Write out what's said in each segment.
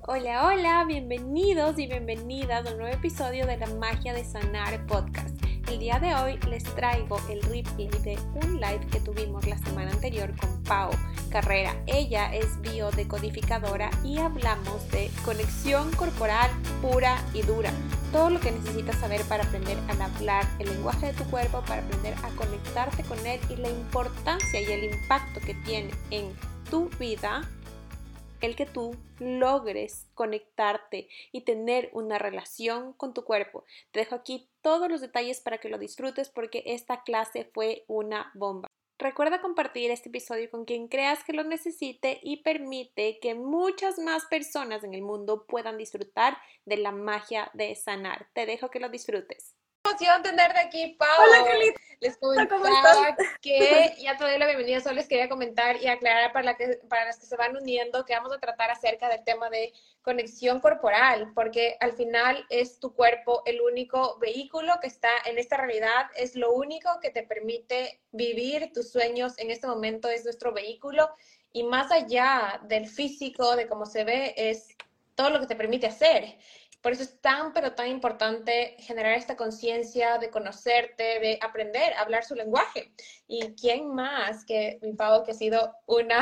Hola, hola, bienvenidos y bienvenidas a un nuevo episodio de La Magia de Sanar Podcast. El día de hoy les traigo el replay de un live que tuvimos la semana anterior con Pau Carrera. Ella es biodecodificadora y hablamos de conexión corporal pura y dura. Todo lo que necesitas saber para aprender a hablar el lenguaje de tu cuerpo, para aprender a conectarte con él y la importancia y el impacto que tiene en tu vida el que tú logres conectarte y tener una relación con tu cuerpo. Te dejo aquí todos los detalles para que lo disfrutes porque esta clase fue una bomba. Recuerda compartir este episodio con quien creas que lo necesite y permite que muchas más personas en el mundo puedan disfrutar de la magia de sanar. Te dejo que lo disfrutes. Emoción tenerte aquí, Hola, Pau. Carlita, Les ¿cómo estás? comentaba que ya te doy la bienvenida, solo les quería comentar y aclarar para las que se van uniendo que vamos a tratar acerca del tema de conexión corporal, porque al final es tu cuerpo el único vehículo que está en esta realidad, es lo único que te permite vivir tus sueños en este momento, es nuestro vehículo y más allá del físico, de cómo se ve, es todo lo que te permite hacer. Por eso es tan, pero tan importante generar esta conciencia de conocerte, de aprender a hablar su lenguaje. ¿Y quién más que mi Pau, que ha sido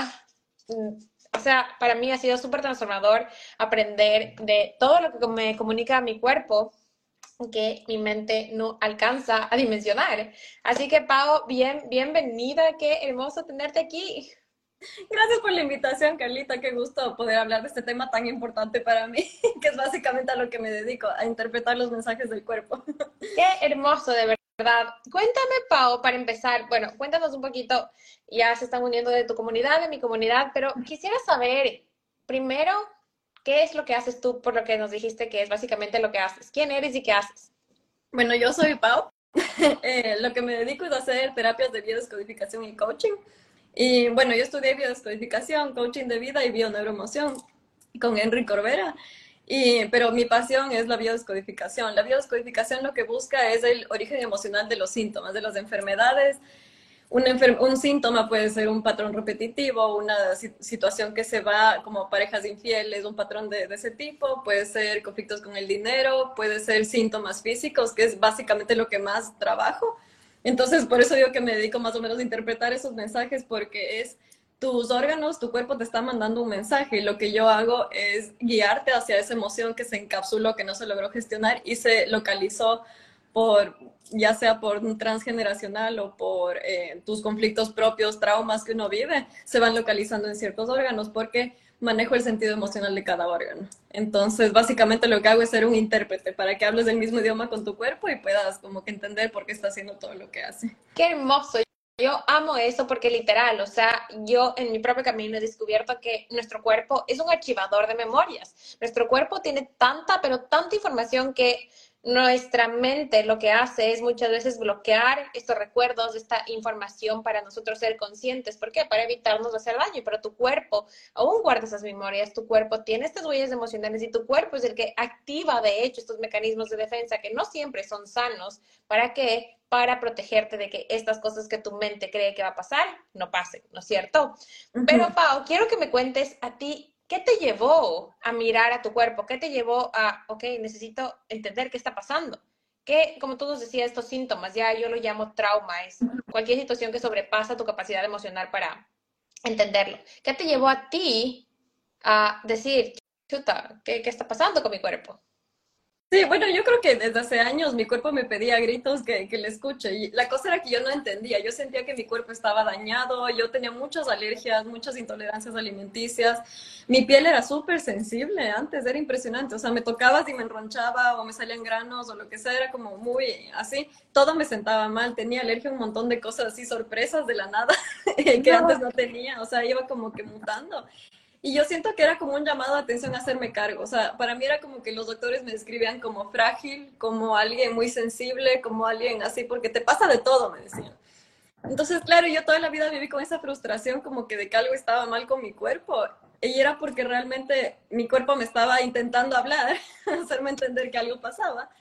o sea, para mí ha sido súper transformador aprender de todo lo que me comunica mi cuerpo que mi mente no alcanza a dimensionar. Así que Pau, bienvenida, qué hermoso tenerte aquí. Gracias por la invitación, Carlita. Qué gusto poder hablar de este tema tan importante para mí, que es básicamente a lo que me dedico, a interpretar los mensajes del cuerpo. Qué hermoso, de verdad. Cuéntame, Pau, para empezar, bueno, cuéntanos un poquito, ya se están uniendo de tu comunidad, de mi comunidad, pero quisiera saber, primero, ¿qué es lo que haces tú por lo que nos dijiste que es básicamente lo que haces? ¿Quién eres y qué haces? Bueno, yo soy Pau. Lo que me dedico es a hacer terapias de biodescodificación y coaching. Y bueno, yo estudié biodescodificación, coaching de vida y bioneuroemoción con Henry Corbera. Pero mi pasión es la biodescodificación. La biodescodificación lo que busca es el origen emocional de los síntomas, de las enfermedades. Un síntoma puede ser un patrón repetitivo, una situación que se va como parejas infieles, un patrón de ese tipo, puede ser conflictos con el dinero, puede ser síntomas físicos, que es básicamente lo que más trabajo. Entonces, por eso digo que me dedico más o menos a interpretar esos mensajes, porque es tus órganos, tu cuerpo te está mandando un mensaje y lo que yo hago es guiarte hacia esa emoción que se encapsuló, que no se logró gestionar y se localizó por, ya sea por un transgeneracional o por tus conflictos propios, traumas que uno vive, se van localizando en ciertos órganos porque manejo el sentido emocional de cada órgano. Entonces, básicamente lo que hago es ser un intérprete para que hables el mismo idioma con tu cuerpo y puedas como que entender por qué está haciendo todo lo que hace. Qué hermoso. Yo amo eso porque literal, o sea, yo en mi propio camino he descubierto que nuestro cuerpo es un archivador de memorias. Nuestro cuerpo tiene tanta, pero tanta información que nuestra mente lo que hace es muchas veces bloquear estos recuerdos, esta información para nosotros ser conscientes. ¿Por qué? Para evitarnos hacer daño, pero tu cuerpo aún guarda esas memorias, tu cuerpo tiene estas huellas emocionales y tu cuerpo es el que activa, de hecho, estos mecanismos de defensa que no siempre son sanos. ¿Para qué? Para protegerte de que estas cosas que tu mente cree que va a pasar, no pasen, ¿no es cierto? Uh Pero -huh. Pau, quiero que me cuentes a ti, ¿qué te llevó a mirar a tu cuerpo? ¿Qué te llevó a, ok, necesito entender qué está pasando? Que, como tú nos decías, estos síntomas, ya yo lo llamo trauma, es cualquier situación que sobrepasa tu capacidad emocional para entenderlo. ¿Qué te llevó a ti a decir, chuta, ¿qué está pasando con mi cuerpo? Sí, bueno, yo creo que desde hace años mi cuerpo me pedía a gritos que le escuche. Y la cosa era que yo no entendía. Yo sentía que mi cuerpo estaba dañado. Yo tenía muchas alergias, muchas intolerancias alimenticias. Mi piel era súper sensible antes, era impresionante. O sea, me tocaba y me enronchaba o me salían granos o lo que sea. Era como muy así. Todo me sentaba mal. Tenía alergia a un montón de cosas así, sorpresas de la nada que No. antes no tenía. O sea, iba como que mutando. Y yo siento que era como un llamado de atención a hacerme cargo. O sea, para mí era como que los doctores me describían como frágil, como alguien muy sensible, como alguien así, porque te pasa de todo, me decían. Entonces, claro, yo toda la vida viví con esa frustración como que de que algo estaba mal con mi cuerpo. Y era porque realmente mi cuerpo me estaba intentando hablar, hacerme entender que algo pasaba.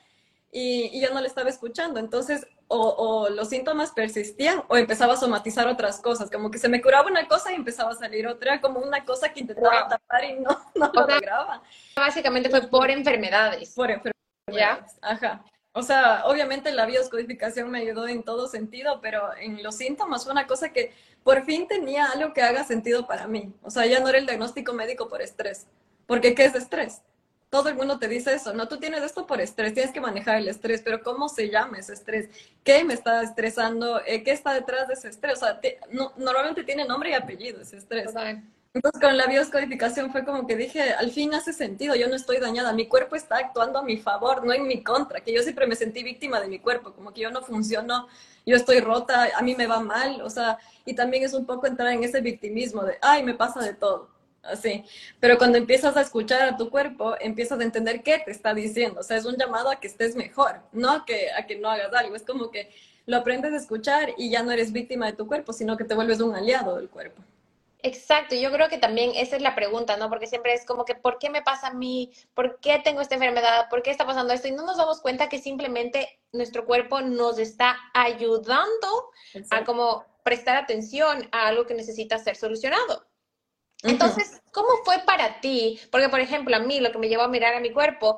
y yo no le estaba escuchando. Entonces, o los síntomas persistían o empezaba a somatizar otras cosas, como que se me curaba una cosa y empezaba a salir otra, como una cosa que intentaba tapar y no O lo sea, lograba. básicamente fue por enfermedades. Por ¿Ya? enfermedades, ajá. O sea, obviamente la biodescodificación me ayudó en todo sentido, pero en los síntomas fue una cosa que por fin tenía algo que haga sentido para mí. O sea, ya no era el diagnóstico médico por estrés. Porque ¿qué es estrés? Todo el mundo te dice eso, no, tú tienes esto por estrés, tienes que manejar el estrés, pero ¿cómo se llama ese estrés? ¿Qué me está estresando? ¿Qué está detrás de ese estrés? O sea, normalmente tiene nombre y apellido ese estrés. Total. Entonces, con la biodescodificación fue como que dije, al fin hace sentido, yo no estoy dañada, mi cuerpo está actuando a mi favor, no en mi contra, que yo siempre me sentí víctima de mi cuerpo, como que yo no funciono, yo estoy rota, a mí me va mal, o sea, y también es un poco entrar en ese victimismo de, ay, me pasa de todo, así. Pero cuando empiezas a escuchar a tu cuerpo, empiezas a entender qué te está diciendo, o sea, es un llamado a que estés mejor, no a que no hagas algo, es como que lo aprendes a escuchar y ya no eres víctima de tu cuerpo, sino que te vuelves un aliado del cuerpo. Exacto, yo creo que también esa es la pregunta, ¿no? Porque siempre es como que, ¿por qué me pasa a mí? ¿Por qué tengo esta enfermedad? ¿Por qué está pasando esto? Y no nos damos cuenta que simplemente nuestro cuerpo nos está ayudando a Exacto. como prestar atención a algo que necesita ser solucionado. Ujú. Entonces, ¿cómo fue para ti? Porque, por ejemplo, a mí lo que me llevó a mirar a mi cuerpo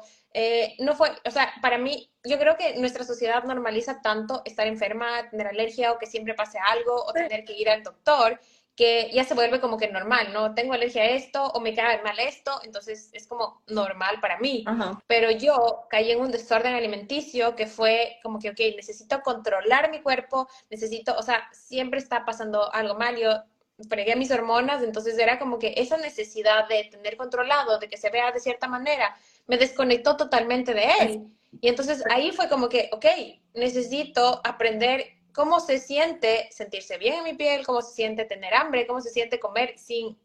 no fue, o sea, para mí, yo creo que nuestra sociedad normaliza tanto estar enferma, tener alergia o que siempre pase algo o Sí. tener que ir al doctor, que ya se vuelve como que normal, ¿no? Tengo alergia a esto o me cae mal esto, entonces es como normal para mí. Ajá. Pero yo caí en un desorden alimenticio que fue como que, ok, necesito controlar mi cuerpo, necesito, o sea, siempre está pasando algo mal. Yo fregué mis hormonas, entonces era como que esa necesidad de tener controlado, de que se vea de cierta manera, me desconectó totalmente de él. Y entonces ahí fue como que, ok, necesito aprender cómo se siente sentirse bien en mi piel, cómo se siente tener hambre, cómo se siente comer sin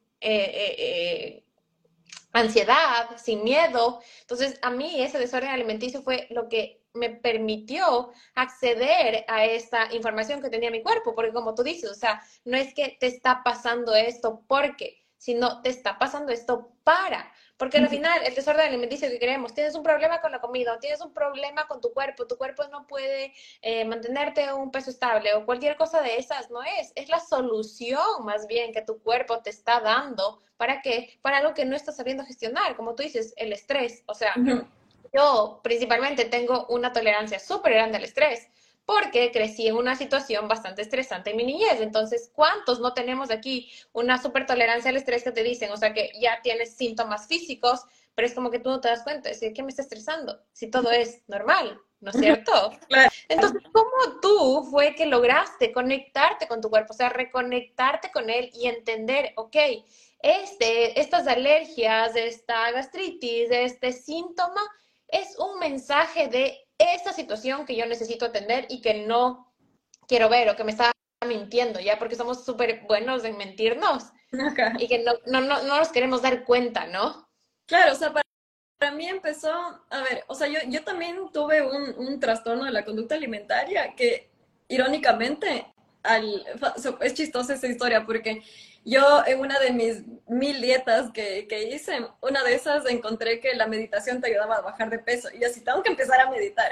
ansiedad, sin miedo. Entonces, a mí ese desorden alimenticio fue lo que me permitió acceder a esta información que tenía mi cuerpo, porque como tú dices, o sea, no es que te está pasando esto porque, sino te está pasando esto para. Porque al final, el desorden alimenticio que queremos, tienes un problema con la comida o tienes un problema con tu cuerpo no puede mantenerte un peso estable o cualquier cosa de esas, no es la solución más bien que tu cuerpo te está dando. ¿Para qué? Para algo que no estás sabiendo gestionar, como tú dices, el estrés. O sea, Ujú. yo principalmente tengo una tolerancia súper grande al estrés porque crecí en una situación bastante estresante en mi niñez. Entonces, ¿cuántos no tenemos aquí una súper tolerancia al estrés que te dicen? O sea, que ya tienes síntomas físicos, pero es como que tú no te das cuenta. Es decir, ¿qué me está estresando? Si todo es normal, ¿no es cierto? Claro. Entonces, ¿cómo tú fue que lograste conectarte con tu cuerpo? O sea, reconectarte con él y entender, ok, estas alergias, esta gastritis, este síntoma es un mensaje de esta situación que yo necesito atender y que no quiero ver o que me está mintiendo, ¿ya? Porque somos súper buenos en mentirnos Ajá. y que no nos queremos dar cuenta, ¿no? Claro, o sea, para mí empezó, a ver, o sea, yo también tuve un trastorno de la conducta alimentaria que, irónicamente, es chistosa esa historia porque yo en una de mis 1000 dietas que hice, una de esas encontré que la meditación te ayudaba a bajar de peso y así tengo que empezar a meditar.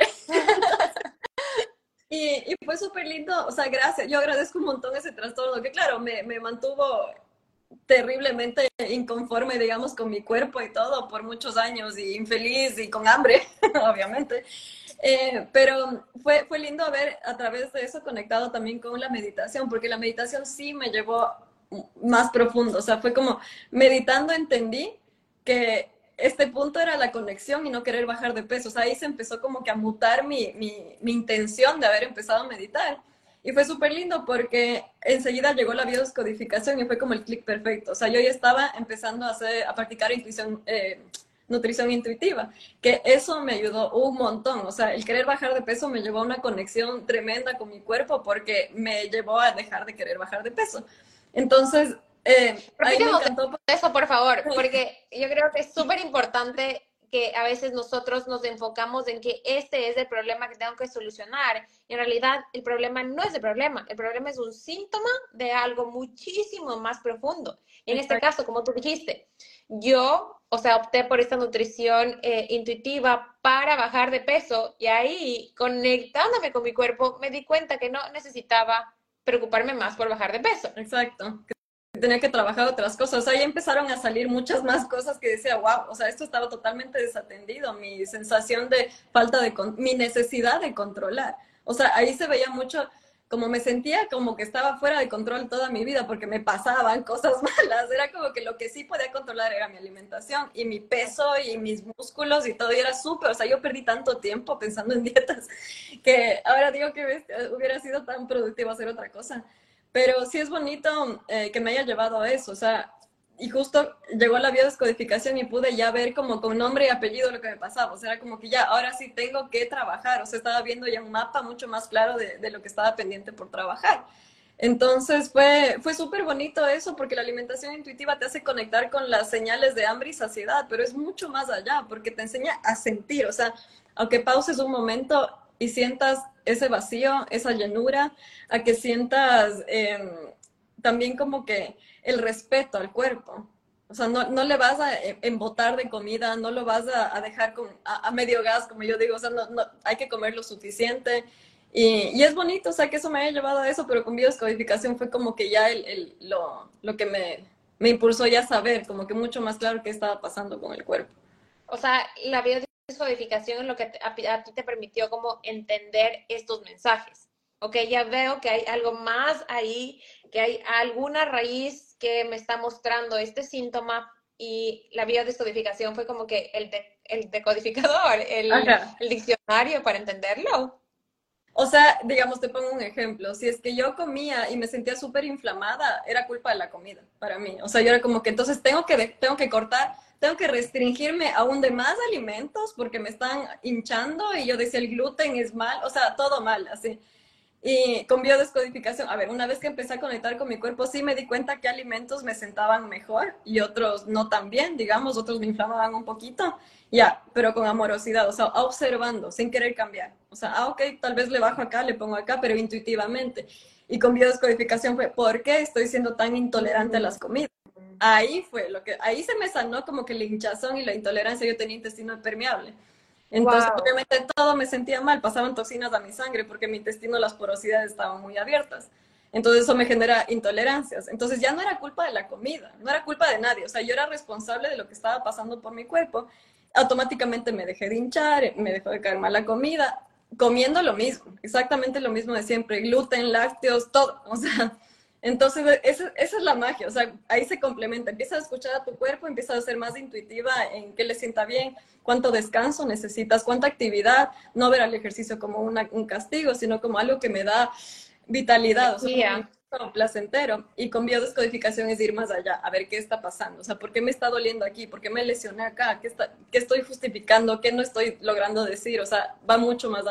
Y fue súper lindo, o sea, gracias, yo agradezco un montón ese trastorno, que claro, me mantuvo terriblemente inconforme, digamos, con mi cuerpo y todo por muchos años y infeliz y con hambre, obviamente. Pero fue lindo haber a través de eso conectado también con la meditación, porque la meditación sí me llevó más profundo, o sea, fue como meditando entendí que este punto era la conexión y no querer bajar de peso, o sea, ahí se empezó como que a mutar mi intención de haber empezado a meditar. Y fue súper lindo porque enseguida llegó la biodescodificación y fue como el clic perfecto. O sea, yo ya estaba empezando a practicar nutrición intuitiva, que eso me ayudó un montón. O sea, el querer bajar de peso me llevó a una conexión tremenda con mi cuerpo porque me llevó a dejar de querer bajar de peso. Entonces, ahí me Repíteme encantó. eso, por favor, porque yo creo que es súper importante que a veces nosotros nos enfocamos en que este es el problema que tengo que solucionar. Y en realidad, el problema no es el problema es un síntoma de algo muchísimo más profundo. Y en este Exacto. caso, como tú dijiste, yo o sea, opté por esta nutrición intuitiva para bajar de peso y ahí, conectándome con mi cuerpo, me di cuenta que no necesitaba preocuparme más por bajar de peso. Exacto. Que tenía que trabajar otras cosas. Ahí empezaron a salir muchas más cosas que decía, wow, o sea, esto estaba totalmente desatendido. Mi sensación de falta de, mi necesidad de controlar. O sea, ahí se veía mucho, como me sentía como que estaba fuera de control toda mi vida porque me pasaban cosas malas. Era como que lo que sí podía controlar era mi alimentación y mi peso y mis músculos y todo. Y era súper, o sea, yo perdí tanto tiempo pensando en dietas que ahora digo que hubiera sido tan productivo hacer otra cosa. Pero sí es bonito que me haya llevado a eso, o sea, y justo llegó la biodescodificación y pude ya ver como con nombre y apellido lo que me pasaba, o sea, era como que ya, ahora sí tengo que trabajar, o sea, estaba viendo ya un mapa mucho más claro de lo que estaba pendiente por trabajar. Entonces fue súper bonito eso porque la alimentación intuitiva te hace conectar con las señales de hambre y saciedad, pero es mucho más allá porque te enseña a sentir, o sea, aunque pauses un momento y sientas ese vacío, esa llenura, a que sientas también como que el respeto al cuerpo. O sea, no le vas a embotar de comida, no lo vas a dejar a medio gas, como yo digo, o sea, hay que comer lo suficiente. Y es bonito, o sea, que eso me haya llevado a eso, pero con biodescodificación fue como que ya lo que me impulsó ya a saber, como que mucho más claro qué estaba pasando con el cuerpo. O sea, la biodescodificación es lo que a ti te permitió como entender estos mensajes. Ok, ya veo que hay algo más ahí, que hay alguna raíz que me está mostrando este síntoma y la biodescodificación fue como que el decodificador, el diccionario para entenderlo. O sea, digamos, te pongo un ejemplo. Si es que yo comía y me sentía súper inflamada, era culpa de la comida para mí. O sea, yo era como que entonces tengo que cortar, tengo que restringirme aún de más alimentos porque me están hinchando y yo decía el gluten es mal, o sea, todo mal, así. Y con biodescodificación, a ver, una vez que empecé a conectar con mi cuerpo, sí me di cuenta que alimentos me sentaban mejor y otros no tan bien, digamos, otros me inflamaban un poquito, ya, pero con amorosidad, o sea, observando, sin querer cambiar. O sea, ok, tal vez le bajo acá, le pongo acá, pero intuitivamente. Y con biodescodificación fue, ¿por qué estoy siendo tan intolerante a las comidas? Ahí fue ahí se me sanó como que el hinchazón y la intolerancia, yo tenía intestino permeable. Entonces, Wow. obviamente, todo me sentía mal, pasaban toxinas a mi sangre porque mi intestino, las porosidades estaban muy abiertas. Entonces, eso me genera intolerancias. Entonces, ya no era culpa de la comida, no era culpa de nadie. O sea, yo era responsable de lo que estaba pasando por mi cuerpo. Automáticamente me dejé de hinchar, me dejó de caer mal la comida, comiendo lo mismo, exactamente lo mismo de siempre, gluten, lácteos, todo. O sea, entonces, esa es la magia, o sea, ahí se complementa, empiezas a escuchar a tu cuerpo, empiezas a ser más intuitiva en qué le sienta bien, cuánto descanso necesitas, cuánta actividad, no ver al ejercicio como un castigo, sino como algo que me da vitalidad, o sea, como placentero. Y con biodescodificación es ir más allá, a ver qué está pasando, o sea, ¿por qué me está doliendo aquí? ¿Por qué me lesioné acá? ¿Qué estoy justificando? ¿Qué no estoy logrando decir? O sea, va mucho más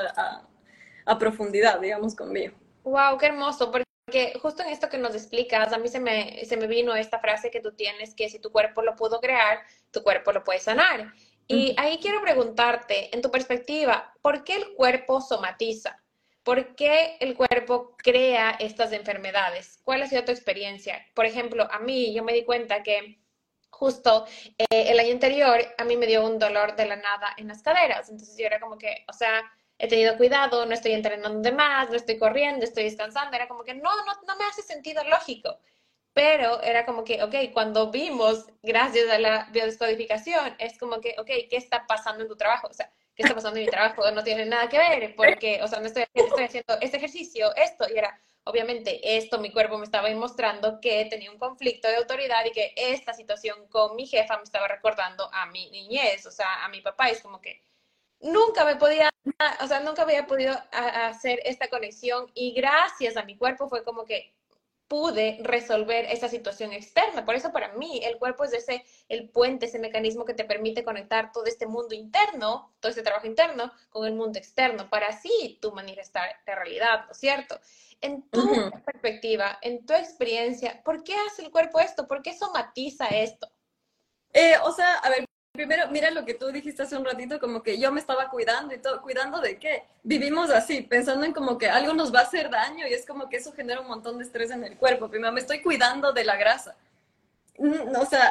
a profundidad, digamos, conmigo. Wow, qué hermoso, porque justo en esto que nos explicas, a mí se me vino esta frase que tú tienes, que si tu cuerpo lo pudo crear, tu cuerpo lo puede sanar. Y ahí quiero preguntarte, en tu perspectiva, ¿por qué el cuerpo somatiza? ¿Por qué el cuerpo crea estas enfermedades? ¿Cuál ha sido tu experiencia? Por ejemplo, a mí yo me di cuenta que justo el año anterior a mí me dio un dolor de la nada en las caderas. Entonces yo era como que, o sea, he tenido cuidado, no estoy entrenando de más, no estoy corriendo, estoy descansando. Era como que no me hace sentido lógico. Pero era como que, ok, cuando vimos, gracias a la biodescodificación, es como que, ok, ¿qué está pasando en tu trabajo? O sea, ¿qué está pasando en mi trabajo? No tiene nada que ver, porque, o sea, no estoy haciendo este ejercicio, esto, y era, obviamente, esto, mi cuerpo me estaba mostrando que tenía un conflicto de autoridad y que esta situación con mi jefa me estaba recordando a mi niñez, o sea, a mi papá, es como que nunca me podía, o sea, nunca había podido hacer esta conexión y gracias a mi cuerpo fue como que pude resolver esa situación externa. Por eso para mí el cuerpo es el puente, ese mecanismo que te permite conectar todo este mundo interno, todo este trabajo interno con el mundo externo, para así tu manifestar la realidad, ¿no es cierto? En tu perspectiva, en tu experiencia, ¿por qué hace el cuerpo esto? ¿Por qué somatiza esto? O sea, a ver, primero, mira lo que tú dijiste hace un ratito, como que yo me estaba cuidando y todo, ¿cuidando de qué? Vivimos así, pensando en como que algo nos va a hacer daño y es como que eso genera un montón de estrés en el cuerpo. Primero, me estoy cuidando de la grasa. O sea,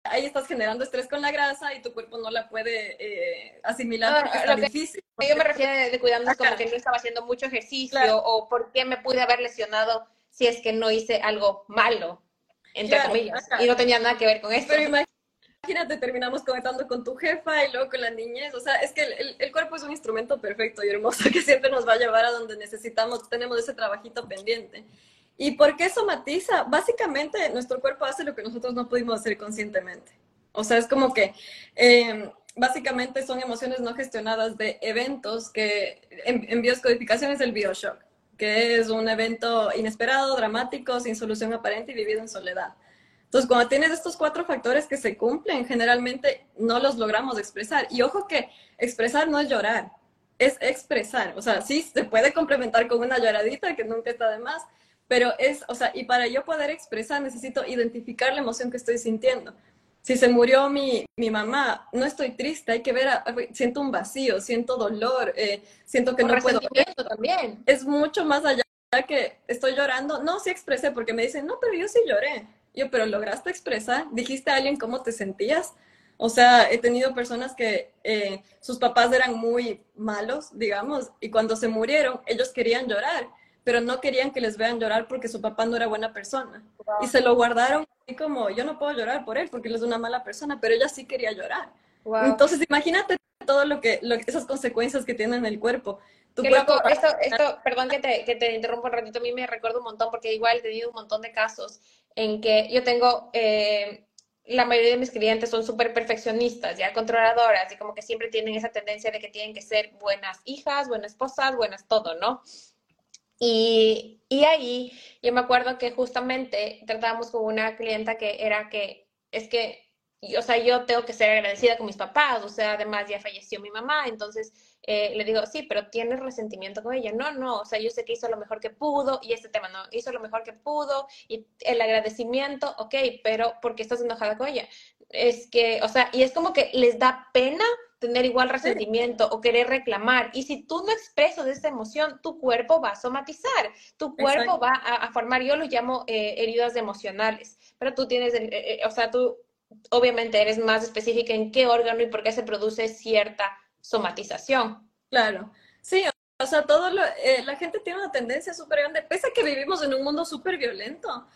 ahí estás generando estrés con la grasa y tu cuerpo no la puede asimilar porque está difícil. Yo me refiero de cuidarnos como que no estaba haciendo mucho ejercicio, claro, o por qué me pude haber lesionado si es que no hice algo malo, entre comillas, y no tenía nada que ver con esto. Pero imagínate, terminamos comentando con tu jefa y luego con la niñez. O sea, es que el cuerpo es un instrumento perfecto y hermoso que siempre nos va a llevar a donde necesitamos, tenemos ese trabajito pendiente. ¿Y por qué somatiza? Básicamente, nuestro cuerpo hace lo que nosotros no pudimos hacer conscientemente. O sea, es como que básicamente son emociones no gestionadas de eventos que en bioscodificación es el bioshock, que es un evento inesperado, dramático, sin solución aparente y vivido en soledad. Entonces, cuando tienes estos 4 factores que se cumplen, generalmente no los logramos expresar. Y ojo que expresar no es llorar, es expresar. O sea, sí se puede complementar con una lloradita, que nunca está de más, pero o sea, y para yo poder expresar necesito identificar la emoción que estoy sintiendo. Si se murió mi mamá, no estoy triste, hay que ver, siento un vacío, siento dolor, siento que no puedo. También. Es mucho más allá que estoy llorando. No, sí expresé, porque me dicen, no, pero yo sí lloré. Yo, pero lograste expresar, dijiste a alguien cómo te sentías. O sea, he tenido personas que sus papás eran muy malos, digamos, y cuando se murieron, ellos querían llorar, pero no querían que les vean llorar porque su papá no era buena persona. Wow. Y se lo guardaron así como, yo no puedo llorar por él porque él es una mala persona, pero ella sí quería llorar. Wow. Entonces, imagínate todo esas consecuencias que tiene en el cuerpo. Qué loco, esto, perdón que te interrumpo un ratito, a mí me recuerda un montón, porque igual he tenido un montón de casos en que yo tengo, la mayoría de mis clientes son súper perfeccionistas, ya controladoras, y como que siempre tienen esa tendencia de que tienen que ser buenas hijas, buenas esposas, buenas todo, ¿no? Y ahí yo me acuerdo que justamente tratábamos con una clienta que era que, es que, o sea, yo tengo que ser agradecida con mis papás, o sea, además ya falleció mi mamá, entonces le digo, sí, pero tienes resentimiento con ella. No, o sea, yo sé que hizo lo mejor que pudo y este tema no, hizo lo mejor que pudo y el agradecimiento, ok, pero ¿por qué estás enojada con ella? Es que, o sea, y es como que les da pena tener igual resentimiento o querer reclamar. Y si tú no expresas esa emoción, tu cuerpo va a somatizar, tu cuerpo va a formar, yo lo llamo heridas emocionales, pero tú tienes, o sea, tú obviamente eres más específica en qué órgano y por qué se produce cierta somatización. Claro, sí, o sea, la gente tiene una tendencia súper grande, pese a que vivimos en un mundo súper violento.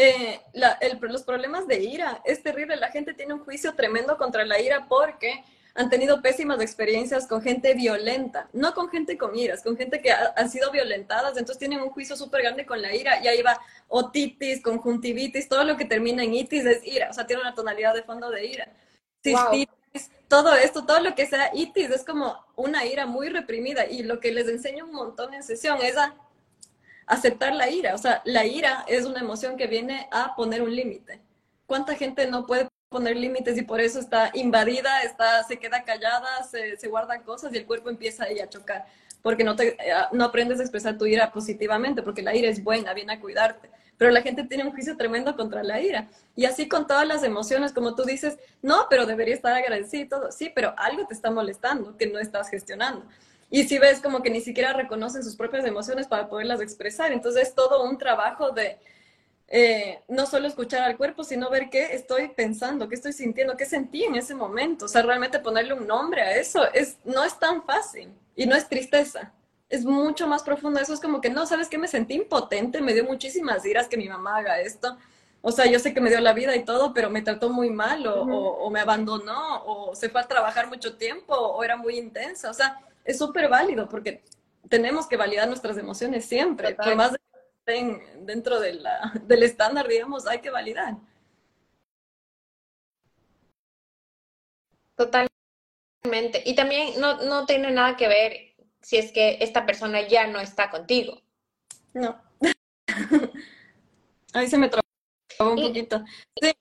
Los problemas de ira es terrible, la gente tiene un juicio tremendo contra la ira porque han tenido pésimas experiencias con gente violenta, no con gente con iras, con gente que han sido violentadas, entonces tienen un juicio súper grande con la ira, y ahí va otitis, conjuntivitis, todo lo que termina en itis es ira, o sea, tiene una tonalidad de fondo de ira. Cistitis, wow. Todo esto, todo lo que sea itis es como una ira muy reprimida, y lo que les enseño un montón en sesión es a aceptar la ira, o sea, la ira es una emoción que viene a poner un límite. ¿Cuánta gente no puede poner límites y por eso está invadida, se queda callada, se guardan cosas y el cuerpo empieza ahí a chocar? Porque no aprendes a expresar tu ira positivamente, porque la ira es buena, viene a cuidarte. Pero la gente tiene un juicio tremendo contra la ira. Y así con todas las emociones, como tú dices, no, pero debería estar agradecido y todo. Sí, pero algo te está molestando que no estás gestionando. Y si ves como que ni siquiera reconocen sus propias emociones para poderlas expresar. Entonces es todo un trabajo de no solo escuchar al cuerpo, sino ver qué estoy pensando, qué estoy sintiendo, qué sentí en ese momento. O sea, realmente ponerle un nombre a eso no es tan fácil. Y no es tristeza. Es mucho más profundo. Eso es como que, no, ¿sabes qué? Me sentí impotente, me dio muchísimas iras que mi mamá haga esto. O sea, yo sé que me dio la vida y todo, pero me trató muy mal, o me abandonó, o se fue a trabajar mucho tiempo, o era muy intensa. O sea, es súper válido porque tenemos que validar nuestras emociones siempre. Total. Por más de que estén dentro del estándar, digamos, hay que validar. Totalmente. Y también no tiene nada que ver si es que esta persona ya no está contigo. No. Ahí se me trabó un poquito. Sí.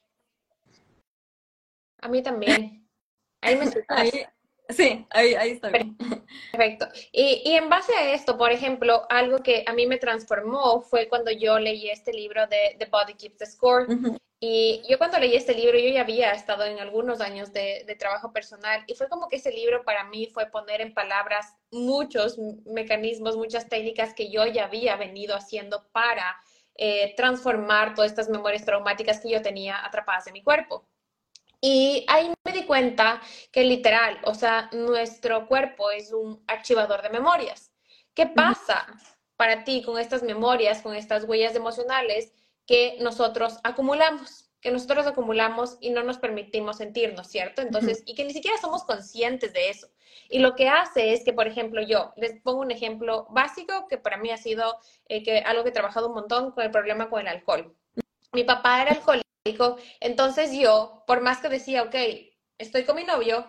A mí también. Ahí me escuchas. Sí, ahí está bien. Perfecto. Y en base a esto, por ejemplo, algo que a mí me transformó fue cuando yo leí este libro de The Body Keeps the Score. Y yo cuando leí este libro, yo ya había estado en algunos años de trabajo personal, y fue como que ese libro para mí fue poner en palabras muchos mecanismos, muchas técnicas que yo ya había venido haciendo para transformar todas estas memorias traumáticas que yo tenía atrapadas en mi cuerpo. Y ahí me di cuenta que literal, o sea, nuestro cuerpo es un archivador de memorias. ¿Qué Ujú. pasa para ti con estas memorias, con estas huellas emocionales que nosotros acumulamos? Que nosotros acumulamos y no nos permitimos sentirnos, ¿cierto? Ujú. Entonces, y que ni siquiera somos conscientes de eso. Y lo que hace es que, por ejemplo, yo les pongo un ejemplo básico que para mí ha sido algo que he trabajado un montón con el problema con el alcohol. Mi papá era alcohólico, entonces yo, por más que decía, ok, estoy con mi novio,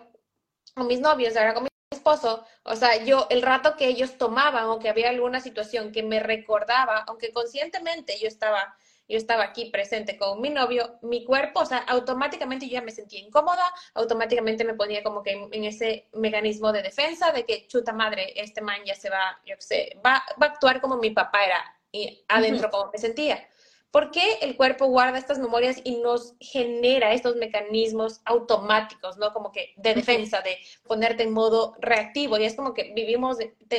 o mis novios, ahora con mi esposo, o sea, yo el rato que ellos tomaban o que había alguna situación que me recordaba, aunque conscientemente yo estaba aquí presente con mi novio, mi cuerpo, o sea, automáticamente yo ya me sentía incómoda, automáticamente me ponía como que en ese mecanismo de defensa de que chuta madre, este man ya se va, yo qué sé, va a actuar como mi papá era y Ujú. adentro como me sentía. ¿Por qué el cuerpo guarda estas memorias y nos genera estos mecanismos automáticos, ¿no? Como que de Ujú. defensa, de ponerte en modo reactivo. Y es como que vivimos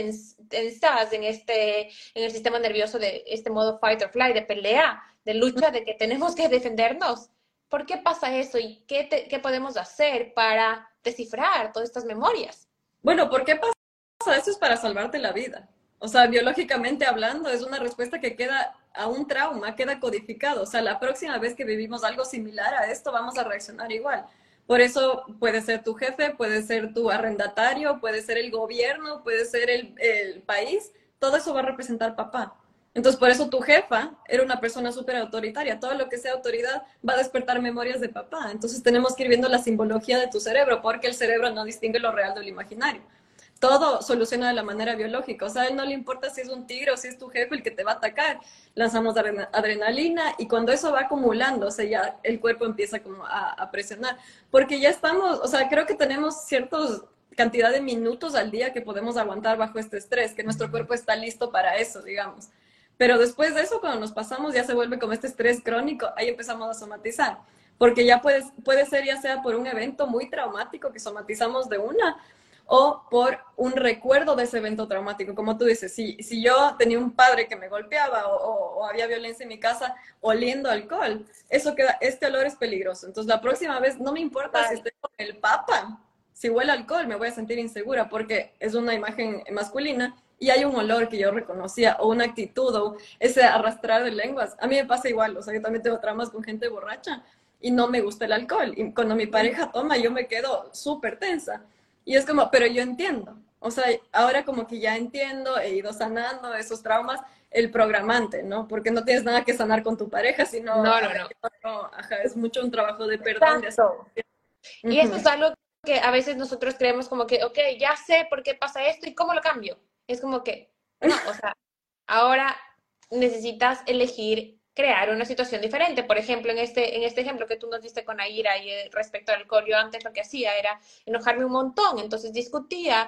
tensadas en el sistema nervioso de este modo fight or flight, de pelea, de lucha, de que tenemos que defendernos. ¿Por qué pasa eso y qué podemos hacer para descifrar todas estas memorias? Bueno, ¿por qué pasa? Eso es para salvarte la vida. O sea, biológicamente hablando, es una respuesta que queda a un trauma, queda codificado. O sea, la próxima vez que vivimos algo similar a esto, vamos a reaccionar igual. Por eso puede ser tu jefe, puede ser tu arrendatario, puede ser el gobierno, puede ser el país. Todo eso va a representar papá. Entonces, por eso tu jefa era una persona súper autoritaria. Todo lo que sea autoridad va a despertar memorias de papá. Entonces, tenemos que ir viendo la simbología de tu cerebro, porque el cerebro no distingue lo real de lo imaginario. Todo soluciona de la manera biológica. O sea, a él no le importa si es un tigre o si es tu jefe el que te va a atacar. Lanzamos adrenalina y cuando eso va acumulando, o sea, ya el cuerpo empieza como a presionar. Porque ya estamos, o sea, creo que tenemos ciertos cantidad de minutos al día que podemos aguantar bajo este estrés, que nuestro cuerpo está listo para eso, digamos. Pero después de eso, cuando nos pasamos, ya se vuelve como este estrés crónico, ahí empezamos a somatizar. Porque ya puede ser ya sea por un evento muy traumático que somatizamos de una, o por un recuerdo de ese evento traumático. Como tú dices, si yo tenía un padre que me golpeaba o había violencia en mi casa oliendo alcohol, eso queda, este olor es peligroso. Entonces la próxima vez no me importa si Vale. estoy con el papa, si huele alcohol me voy a sentir insegura porque es una imagen masculina y hay un olor que yo reconocía o una actitud o ese arrastrar de lenguas. A mí me pasa igual, o sea, yo también tengo traumas con gente borracha y no me gusta el alcohol. Y cuando mi pareja toma, yo me quedo súper tensa. Y es como, pero yo entiendo. O sea, ahora como que ya entiendo, he ido sanando esos traumas, el programante, ¿no? Porque no tienes nada que sanar con tu pareja, sino, No, a no, ver, no. no, ajá, es mucho un trabajo de perdón, de hacer. Exacto. Y esto es algo que a veces nosotros creemos como que, ok, ya sé por qué pasa esto y cómo lo cambio. Es como que, no, o sea, ahora necesitas elegir crear una situación diferente. Por ejemplo, en este ejemplo que tú nos diste con Aira y respecto al alcohol, yo antes lo que hacía era enojarme un montón, entonces discutía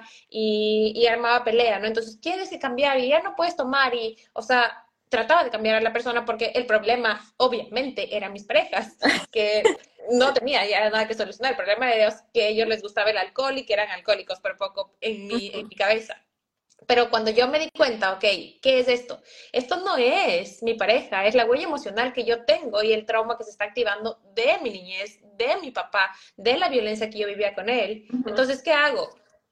y armaba pelea, ¿no? Entonces tienes que cambiar y ya no puedes tomar y, o sea, trataba de cambiar a la persona porque el problema, obviamente, eran mis parejas, que no tenía ya nada que solucionar. El problema era que a ellos les gustaba el alcohol y que eran alcohólicos, pero poco en mi cabeza. Pero cuando yo me di cuenta, ok, ¿qué es esto? Esto no es mi pareja, es la huella emocional que yo tengo y el trauma que se está activando de mi niñez, de mi papá, de la violencia que yo vivía con él. Entonces, ¿qué hago?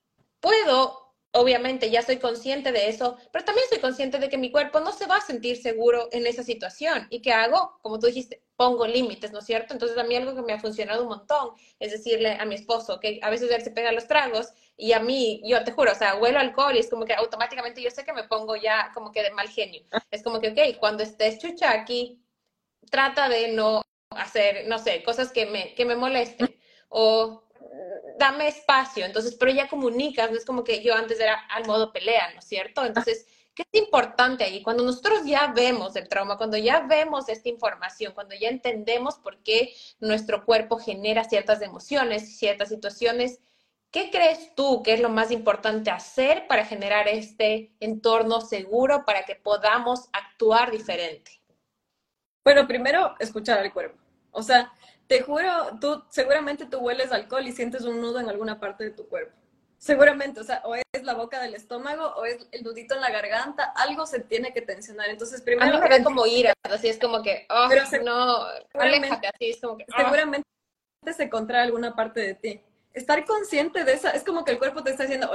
Puedo, obviamente, ya soy consciente de eso, pero también soy consciente de que mi cuerpo no se va a sentir seguro en esa situación. ¿Y qué hago? Como tú dijiste, pongo límites, ¿no es cierto? Entonces, a mí algo que me ha funcionado un montón es decirle a mi esposo que a veces él se pega los tragos y a mí, yo te juro, o sea, huelo alcohol y es como que automáticamente yo sé que me pongo ya como que de mal genio. Es como que, ok, cuando estés chucha aquí, trata de no hacer, no sé, cosas que me molesten o dame espacio. Entonces, pero ya comunicas, no es como que yo antes era al modo pelea, ¿no es cierto? Entonces, ¿qué es importante ahí? Cuando nosotros ya vemos el trauma, cuando ya vemos esta información, cuando ya entendemos por qué nuestro cuerpo genera ciertas emociones, ciertas situaciones, ¿qué crees tú que es lo más importante hacer para generar este entorno seguro para que podamos actuar diferente? Bueno, primero, escuchar al cuerpo. O sea, te juro, seguramente tú hueles alcohol y sientes un nudo en alguna parte de tu cuerpo. Seguramente, o sea, o es la boca del estómago o es el nudito en la garganta, algo se tiene que tensionar. Entonces, A mí primero, me da como ira, así es como que, oh, pero no, seguramente, aléjate, así es como que, oh. seguramente se contrae alguna parte de ti. Estar consciente de esa, es como que el cuerpo te está diciendo,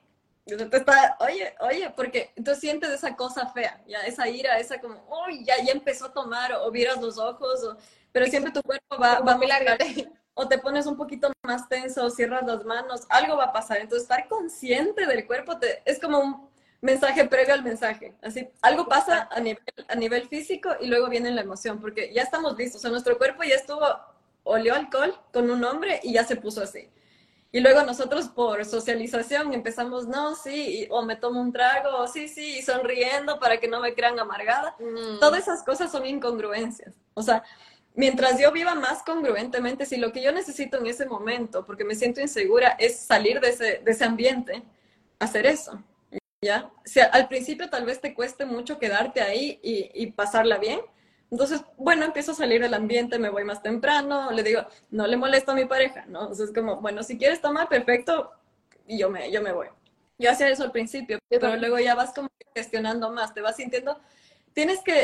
oye, porque tú sientes esa cosa fea, ya, esa ira, esa como, uy, ya empezó a tomar, o miras los ojos, pero siempre tu cuerpo va a mostrar, o te pones un poquito más tenso, o cierras las manos, algo va a pasar. Entonces, estar consciente del cuerpo es como un mensaje previo al mensaje. Así, algo pasa a nivel físico y luego viene la emoción, porque ya estamos listos. O sea, nuestro cuerpo ya olió alcohol con un hombre y ya se puso así. Y luego nosotros por socialización empezamos, no, sí, o me tomo un trago, o sí, y sonriendo para que no me crean amargada. Todas esas cosas son incongruencias. O sea, mientras yo viva más congruentemente, si lo que yo necesito en ese momento, porque me siento insegura, es salir de ese ambiente, hacer eso, ¿ya? O sea, al principio tal vez te cueste mucho quedarte ahí y pasarla bien. Entonces, bueno, empiezo a salir del ambiente, me voy más temprano, le digo, no le molesto a mi pareja, ¿no? Entonces, es como, bueno, si quieres tomar, perfecto, y yo me voy. Yo hacía eso al principio, pero luego ya vas como gestionando más, te vas sintiendo, tienes que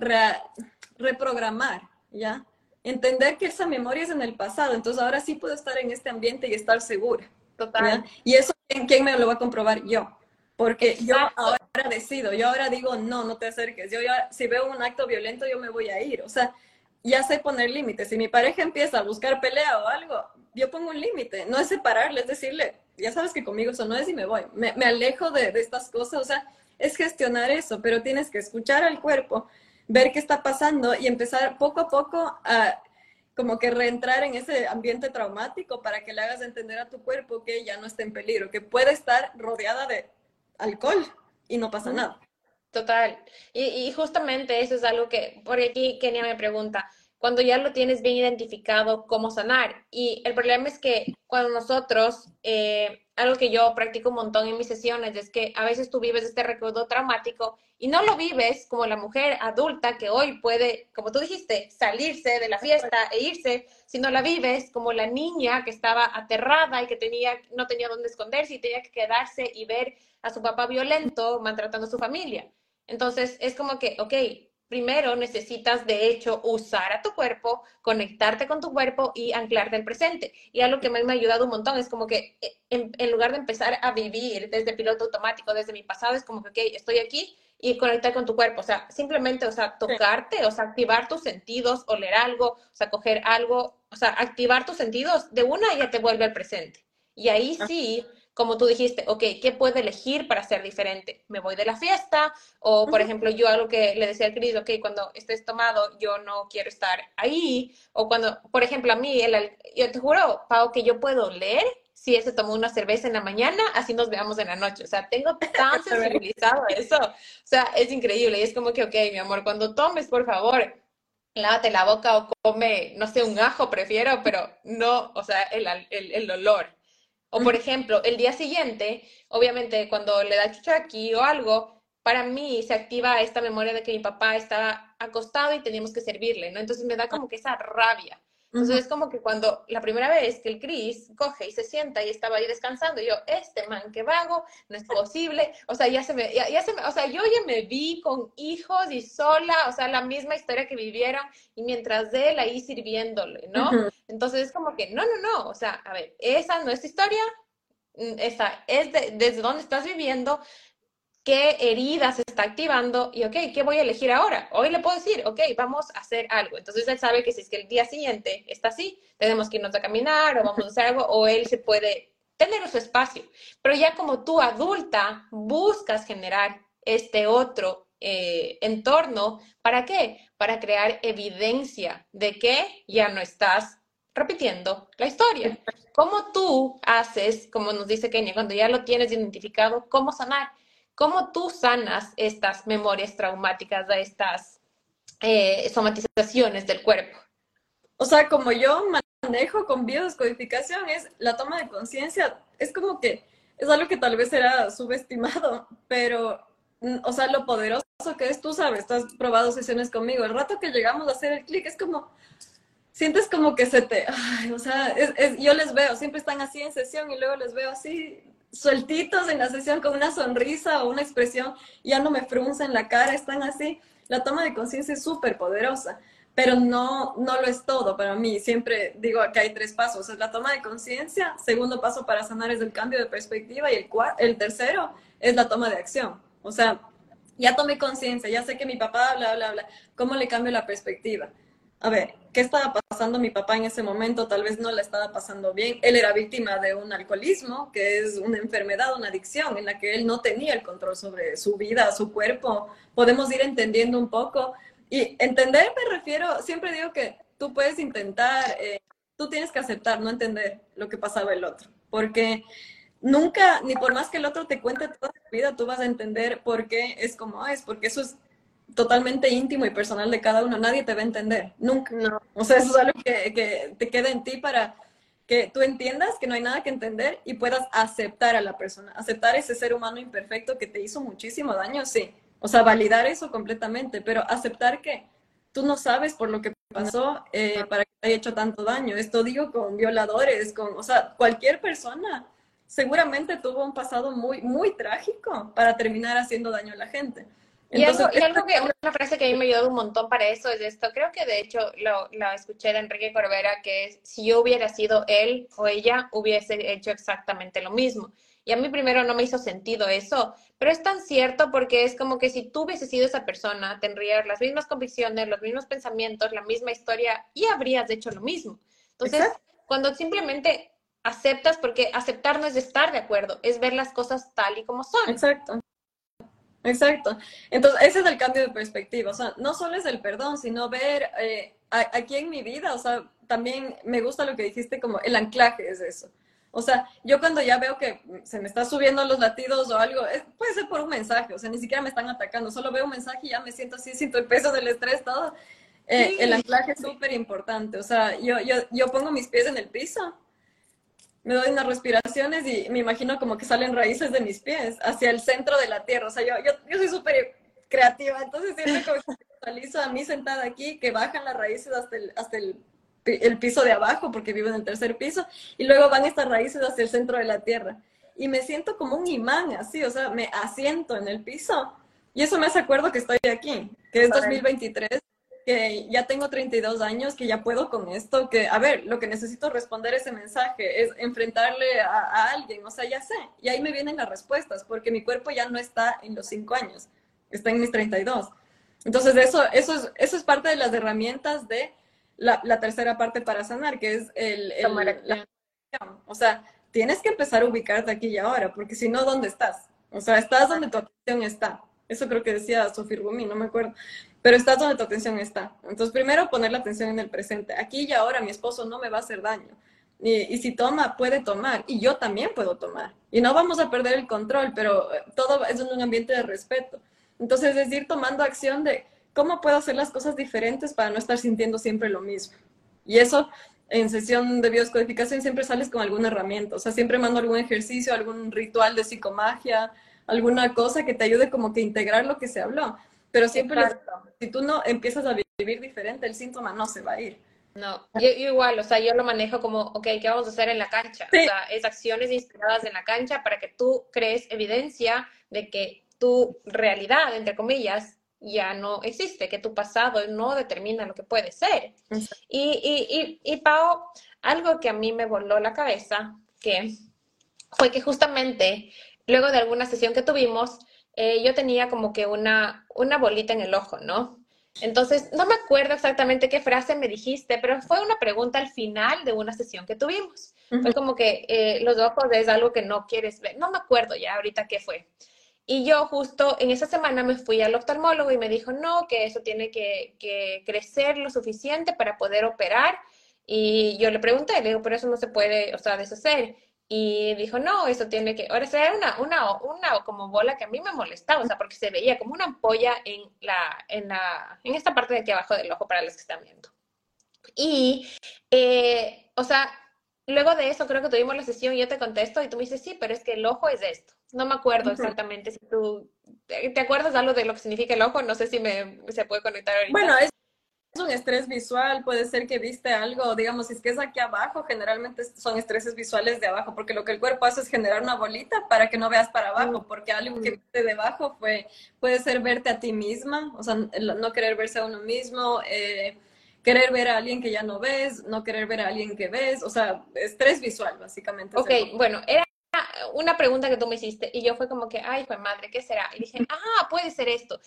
reprogramar, ¿ya? Entender que esa memoria es en el pasado, entonces ahora sí puedo estar en este ambiente y estar segura. Total. ¿Ya? Y eso, ¿quién me lo va a comprobar? Yo. Porque yo ahora decido, yo ahora digo, no te acerques. Yo ya, si veo un acto violento, yo me voy a ir. O sea, ya sé poner límites. Si mi pareja empieza a buscar pelea o algo, yo pongo un límite. No es separarle, es decirle, ya sabes que conmigo eso no es y me voy. Me alejo de estas cosas. O sea, es gestionar eso, pero tienes que escuchar al cuerpo, ver qué está pasando y empezar poco a poco a como que reentrar en ese ambiente traumático para que le hagas entender a tu cuerpo que ya no está en peligro, que puede estar rodeada de alcohol y no pasa nada. Total. Y justamente eso es algo que, por aquí Kenia me pregunta, cuando ya lo tienes bien identificado, ¿cómo sanar? Y el problema es que cuando nosotros, algo que yo practico un montón en mis sesiones, es que a veces tú vives este recuerdo traumático y no lo vives como la mujer adulta que hoy puede, como tú dijiste, salirse de la fiesta e irse, sino la vives como la niña que estaba aterrada y que no tenía dónde esconderse y tenía que quedarse y ver a su papá violento maltratando a su familia. Entonces, es como que, ok, primero necesitas de hecho usar a tu cuerpo, conectarte con tu cuerpo y anclarte al presente. Y algo que me ha ayudado un montón es como que en lugar de empezar a vivir desde piloto automático, desde mi pasado, es como que, ok, estoy aquí y conectar con tu cuerpo. O sea, simplemente, o sea, tocarte, o sea, activar tus sentidos, oler algo, o sea, coger algo, o sea, activar tus sentidos de una y ya te vuelve al presente. Y ahí sí, como tú dijiste, ok, ¿qué puedo elegir para ser diferente? ¿Me voy de la fiesta? O, por ejemplo, yo algo que le decía al Cris, ok, cuando estés tomado, yo no quiero estar ahí. O cuando, por ejemplo, a mí, yo te juro, Pau, que yo puedo leer si él se tomó una cerveza en la mañana, así nos veamos en la noche. O sea, tengo tan sensibilizado a eso. O sea, es increíble. Y es como que, ok, mi amor, cuando tomes, por favor, lávate la boca o come, no sé, un ajo prefiero, pero no, o sea, el olor. O por ejemplo, el día siguiente, obviamente cuando le da chuchaqui o algo, para mí se activa esta memoria de que mi papá estaba acostado y teníamos que servirle, ¿no? Entonces me da como que esa rabia. Entonces es como que cuando la primera vez que el Cris coge y se sienta y estaba ahí descansando, yo, este man, qué vago, no es posible, o sea, o sea, yo ya me vi con hijos y sola, o sea, la misma historia que vivieron y mientras de él ahí sirviéndole, ¿no? Entonces es como que, no, o sea, a ver, esa no es historia, esa es desde dónde estás viviendo, qué herida se está activando y, ok, ¿qué voy a elegir ahora? Hoy le puedo decir, ok, vamos a hacer algo. Entonces él sabe que si es que el día siguiente está así, tenemos que irnos a caminar o vamos a hacer algo, o él se puede tener su espacio. Pero ya como tú adulta buscas generar este otro entorno, ¿para qué? Para crear evidencia de que ya no estás repitiendo la historia. ¿Cómo tú haces, como nos dice Kenia, cuando ya lo tienes identificado, cómo sanar? ¿Cómo tú sanas estas memorias traumáticas de estas somatizaciones del cuerpo? O sea, como yo manejo con biodescodificación, es la toma de conciencia, es como que es algo que tal vez era subestimado, pero, o sea, lo poderoso que es, tú sabes, tú has probado sesiones conmigo, el rato que llegamos a hacer el clic es como, sientes como que ay, o sea, yo les veo, siempre están así en sesión y luego les veo así sueltitos en la sesión con una sonrisa o una expresión, ya no me fruncen la cara, están así. La toma de conciencia es súper poderosa, pero no lo es todo para mí. Siempre digo que hay 3 pasos. Es la toma de conciencia, segundo paso para sanar es el cambio de perspectiva y el tercero es la toma de acción. O sea, ya tomé conciencia, ya sé que mi papá, bla, bla, bla. ¿Cómo le cambio la perspectiva? A ver, ¿qué estaba pasando mi papá en ese momento? Tal vez no la estaba pasando bien. Él era víctima de un alcoholismo, que es una enfermedad, una adicción, en la que él no tenía el control sobre su vida, su cuerpo. Podemos ir entendiendo un poco. Y entender me refiero, siempre digo que tú puedes intentar, tú tienes que aceptar, no entender lo que pasaba el otro. Porque nunca, ni por más que el otro te cuente toda su vida, tú vas a entender por qué es como es, porque eso es totalmente íntimo y personal de cada uno. Nadie te va a entender, nunca. No. O sea, eso es algo que te queda en ti para que tú entiendas que no hay nada que entender y puedas aceptar a la persona, aceptar ese ser humano imperfecto que te hizo muchísimo daño, sí. O sea, validar eso completamente, pero aceptar que tú no sabes por lo que pasó para que te haya hecho tanto daño. Esto digo con violadores, o sea, cualquier persona seguramente tuvo un pasado muy, muy trágico para terminar haciendo daño a la gente. Entonces, Una frase que a mí me ayudó un montón para eso es esto, creo que de hecho lo escuché de Enrique Corbera, que es, si yo hubiera sido él o ella, hubiese hecho exactamente lo mismo. Y a mí primero no me hizo sentido eso, pero es tan cierto porque es como que si tú hubieses sido esa persona, tendrías las mismas convicciones, los mismos pensamientos, la misma historia y habrías hecho lo mismo. Entonces, exacto. cuando simplemente aceptas, porque aceptar no es estar de acuerdo, es ver las cosas tal y como son. Exacto. Exacto. Entonces, ese es el cambio de perspectiva. O sea, no solo es el perdón, sino ver aquí en mi vida, o sea, también me gusta lo que dijiste, como el anclaje es eso. O sea, yo cuando ya veo que se me está subiendo los latidos o algo, puede ser por un mensaje, o sea, ni siquiera me están atacando, solo veo un mensaje y ya me siento así, siento el peso del estrés, todo. Sí. El anclaje es súper importante. O sea, yo pongo mis pies en el piso, me doy unas respiraciones y me imagino como que salen raíces de mis pies hacia el centro de la tierra. O sea, yo soy súper creativa, entonces siempre como que visualizo a mí sentada aquí, que bajan las raíces hasta el piso de abajo, porque vivo en el tercer piso, y luego van estas raíces hacia el centro de la tierra. Y me siento como un imán, así, o sea, me asiento en el piso. Y eso me hace acuerdo que estoy aquí, que es 2023, que ya tengo 32 años, que ya puedo con esto, que, a ver, lo que necesito responder ese mensaje es enfrentarle a alguien, o sea, ya sé, y ahí me vienen las respuestas, porque mi cuerpo ya no está en los 5 años, está en mis 32. Entonces, eso es parte de las herramientas de la tercera parte para sanar, que es o sea, tienes que empezar a ubicarte aquí y ahora, porque si no, ¿dónde estás? O sea, estás donde tu atención está. Eso creo que decía Sophie Rumi, no me acuerdo. Pero estás donde tu atención está. Entonces, primero poner la atención en el presente. Aquí y ahora mi esposo no me va a hacer daño. Y si toma, puede tomar. Y yo también puedo tomar. Y no vamos a perder el control, pero todo es en un ambiente de respeto. Entonces, es ir tomando acción de cómo puedo hacer las cosas diferentes para no estar sintiendo siempre lo mismo. Y eso, en sesión de biodescodificación, siempre sales con alguna herramienta. O sea, siempre mando algún ejercicio, algún ritual de psicomagia, alguna cosa que te ayude como que a integrar lo que se habló. Pero siempre, si tú no empiezas a vivir diferente, el síntoma no se va a ir. No, yo igual, o sea, yo lo manejo como, ok, ¿qué vamos a hacer en la cancha? Sí. O sea, es acciones inspiradas en la cancha para que tú crees evidencia de que tu realidad, entre comillas, ya no existe, que tu pasado no determina lo que puede ser. Y Pau, algo que a mí me voló la cabeza, que fue que justamente luego de alguna sesión que tuvimos, yo tenía como que una bolita en el ojo, ¿no? Entonces, no me acuerdo exactamente qué frase me dijiste, pero fue una pregunta al final de una sesión que tuvimos. Fue como que los ojos es algo que no quieres ver. No me acuerdo ya ahorita qué fue. Y yo justo en esa semana me fui al oftalmólogo y me dijo, no, que eso tiene que crecer lo suficiente para poder operar. Y yo le pregunté, le digo, pero eso no se puede, o sea, deshacer. Y dijo, no, eso tiene que... Ahora, era una como bola que a mí me molestaba, o sea, porque se veía como una ampolla en esta parte de aquí abajo del ojo para los que están viendo. Y, o sea, luego de eso creo que tuvimos la sesión y yo te contesto y tú me dices, sí, pero es que el ojo es esto. No me acuerdo exactamente si tú... ¿Te acuerdas algo de lo que significa el ojo? No sé si se puede conectar ahorita. Bueno, es un estrés visual, puede ser que viste algo, digamos, si es que es aquí abajo, generalmente son estreses visuales de abajo, porque lo que el cuerpo hace es generar una bolita para que no veas para abajo, porque algo que viste debajo puede ser verte a ti misma, o sea, no querer verse a uno mismo, querer ver a alguien que ya no ves, no querer ver a alguien que ves, o sea, estrés visual, básicamente. Ok, bueno, era una pregunta que tú me hiciste y yo fue como que, ay, pues madre, ¿qué será? Y dije, puede ser esto.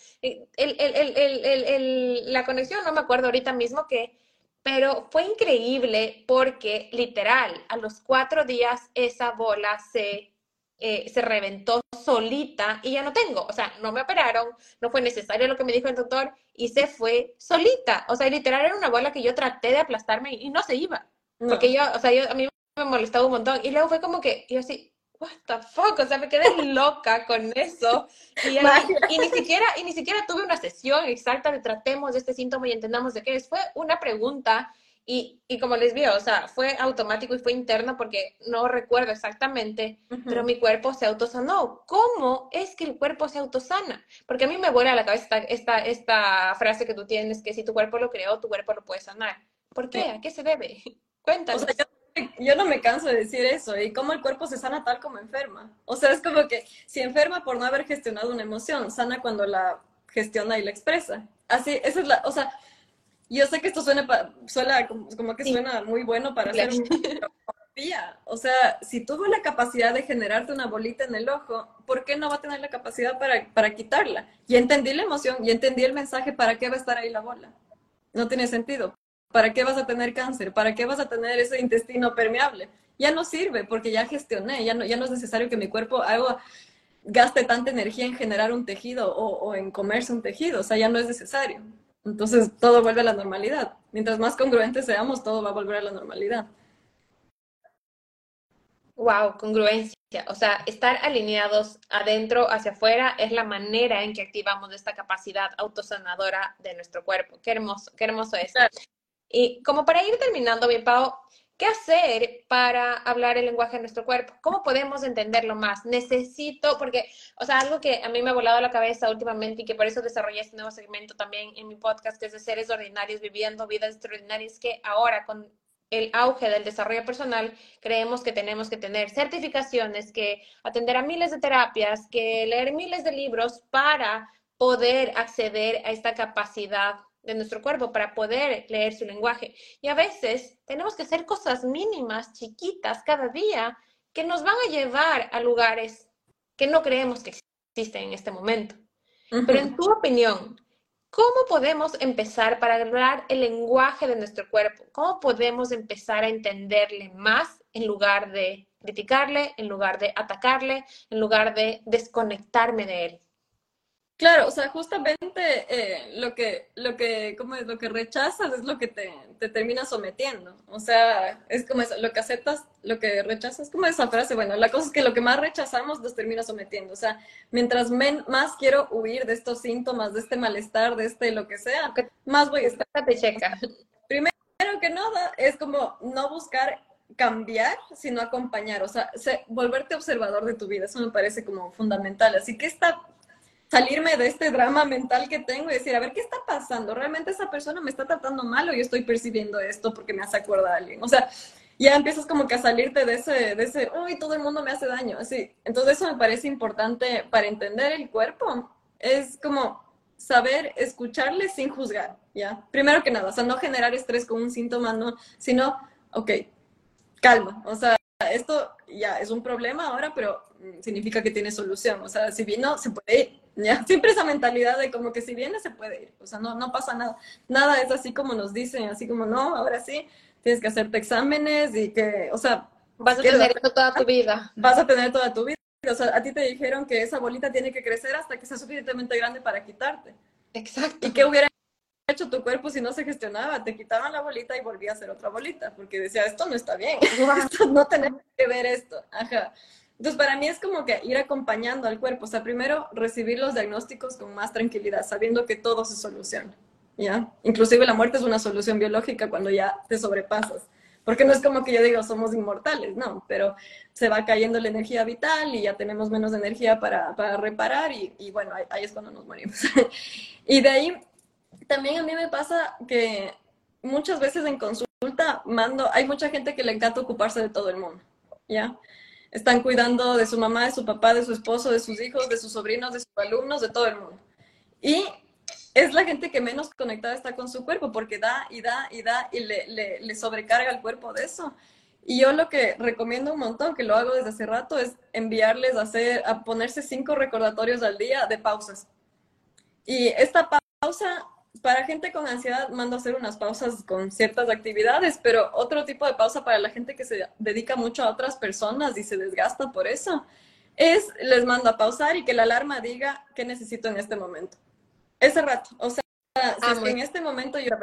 La conexión, no me acuerdo ahorita mismo qué, pero fue increíble porque literal, a los 4 días esa bola se reventó solita y ya no tengo. O sea, no me operaron, no fue necesario lo que me dijo el doctor y se fue solita. O sea, literal era una bola que yo traté de aplastarme y no se iba. No. Porque yo, o sea, a mí me molestaba un montón. Y luego fue como que yo así, what the fuck, o sea, me quedé loca con eso. Y ni siquiera tuve una sesión exacta de tratemos de este síntoma y entendamos de qué es. Fue una pregunta y como les digo, o sea, fue automático y fue interno porque no recuerdo exactamente, pero mi cuerpo se autosanó. ¿Cómo es que el cuerpo se autosana? Porque a mí me vuela a la cabeza esta frase que tú tienes, que si tu cuerpo lo creó, tu cuerpo lo puede sanar. ¿Por qué? ¿A qué se debe? Cuéntanos. O sea, yo no me canso de decir eso, y cómo el cuerpo se sana tal como enferma. O sea, es como que si enferma por no haber gestionado una emoción, sana cuando la gestiona y la expresa. Así, esa es la, o sea, yo sé que esto suena como que suena muy bueno para hacer terapia. O sea, si tuvo la capacidad de generarte una bolita en el ojo, ¿por qué no va a tener la capacidad para quitarla? Y entendí la emoción, y entendí el mensaje, ¿para qué va a estar ahí la bola? No tiene sentido. ¿Para qué vas a tener cáncer? ¿Para qué vas a tener ese intestino permeable? Ya no sirve porque ya gestioné, ya no es necesario que mi cuerpo gaste tanta energía en generar un tejido o en comerse un tejido, o sea, ya no es necesario. Entonces todo vuelve a la normalidad. Mientras más congruentes seamos, todo va a volver a la normalidad. Wow, congruencia. O sea, estar alineados adentro hacia afuera es la manera en que activamos esta capacidad autosanadora de nuestro cuerpo. Qué hermoso es. Y como para ir terminando, mi Pau, ¿qué hacer para hablar el lenguaje de nuestro cuerpo? ¿Cómo podemos entenderlo más? Necesito, porque, o sea, algo que a mí me ha volado la cabeza últimamente y que por eso desarrollé este nuevo segmento también en mi podcast, que es de seres ordinarios viviendo vidas extraordinarias, que ahora con el auge del desarrollo personal, creemos que tenemos que tener certificaciones, que atender a miles de terapias, que leer miles de libros para poder acceder a esta capacidad de nuestro cuerpo para poder leer su lenguaje. Y a veces tenemos que hacer cosas mínimas, chiquitas, cada día, que nos van a llevar a lugares que no creemos que existen en este momento. Pero en tu opinión, ¿cómo podemos empezar para hablar el lenguaje de nuestro cuerpo? ¿Cómo podemos empezar a entenderle más en lugar de criticarle, en lugar de atacarle, en lugar de desconectarme de él? Claro, o sea, justamente ¿cómo es? Lo que rechazas es lo que te termina sometiendo. O sea, es como eso, lo que aceptas, lo que rechazas, como esa frase. Bueno, la cosa es que lo que más rechazamos nos termina sometiendo. O sea, mientras más quiero huir de estos síntomas, de este malestar, de este lo que sea, más voy a estar. Checa. Primero que nada, es como no buscar cambiar, sino acompañar. O sea, volverte observador de tu vida. Eso me parece como fundamental. Así que salirme de este drama mental que tengo y decir, a ver, ¿qué está pasando? ¿Realmente esa persona me está tratando mal o yo estoy percibiendo esto porque me hace acordar a alguien? O sea, ya empiezas como que a salirte de ese, uy, todo el mundo me hace daño, así. Entonces eso me parece importante para entender el cuerpo. Es como saber escucharle sin juzgar, ¿ya? Primero que nada, o sea, no generar estrés con un síntoma, no, sino, ok, calma, o sea, esto ya es un problema ahora, pero significa que tiene solución. O sea, si vino, se puede ir. ¿Ya? Siempre esa mentalidad de como que si viene, se puede ir. O sea, no pasa nada. Nada es así como nos dicen, así como, no, ahora sí, tienes que hacerte exámenes y que, o sea... Vas a tener esto toda tu vida. Vas a tener toda tu vida. O sea, a ti te dijeron que esa bolita tiene que crecer hasta que sea suficientemente grande para quitarte. Exacto. ¿Y qué hubiera hecho tu cuerpo si no se gestionaba? Te quitaban la bolita y volvía a hacer otra bolita, porque decía, esto no está bien, esto no tenemos que ver esto. Ajá. Entonces, para mí es como que ir acompañando al cuerpo. O sea, primero recibir los diagnósticos con más tranquilidad, sabiendo que todo se soluciona, ¿ya? Inclusive la muerte es una solución biológica cuando ya te sobrepasas. Porque no es como que yo digo, somos inmortales, no, pero se va cayendo la energía vital y ya tenemos menos energía para reparar y bueno, ahí es cuando nos morimos. Y de ahí, también a mí me pasa que muchas veces en consulta hay mucha gente que le encanta ocuparse de todo el mundo, ¿ya? Están cuidando de su mamá, de su papá, de su esposo, de sus hijos, de sus sobrinos, de sus alumnos, de todo el mundo. Y es la gente que menos conectada está con su cuerpo, porque da y da y da y le sobrecarga el cuerpo de eso. Y yo lo que recomiendo un montón, que lo hago desde hace rato, es enviarles a ponerse 5 recordatorios al día de pausas. Y esta pausa, para gente con ansiedad, mando a hacer unas pausas con ciertas actividades, pero otro tipo de pausa para la gente que se dedica mucho a otras personas y se desgasta por eso, les mando a pausar y que la alarma diga qué necesito en este momento. Ese rato, o sea, si es que en este momento yo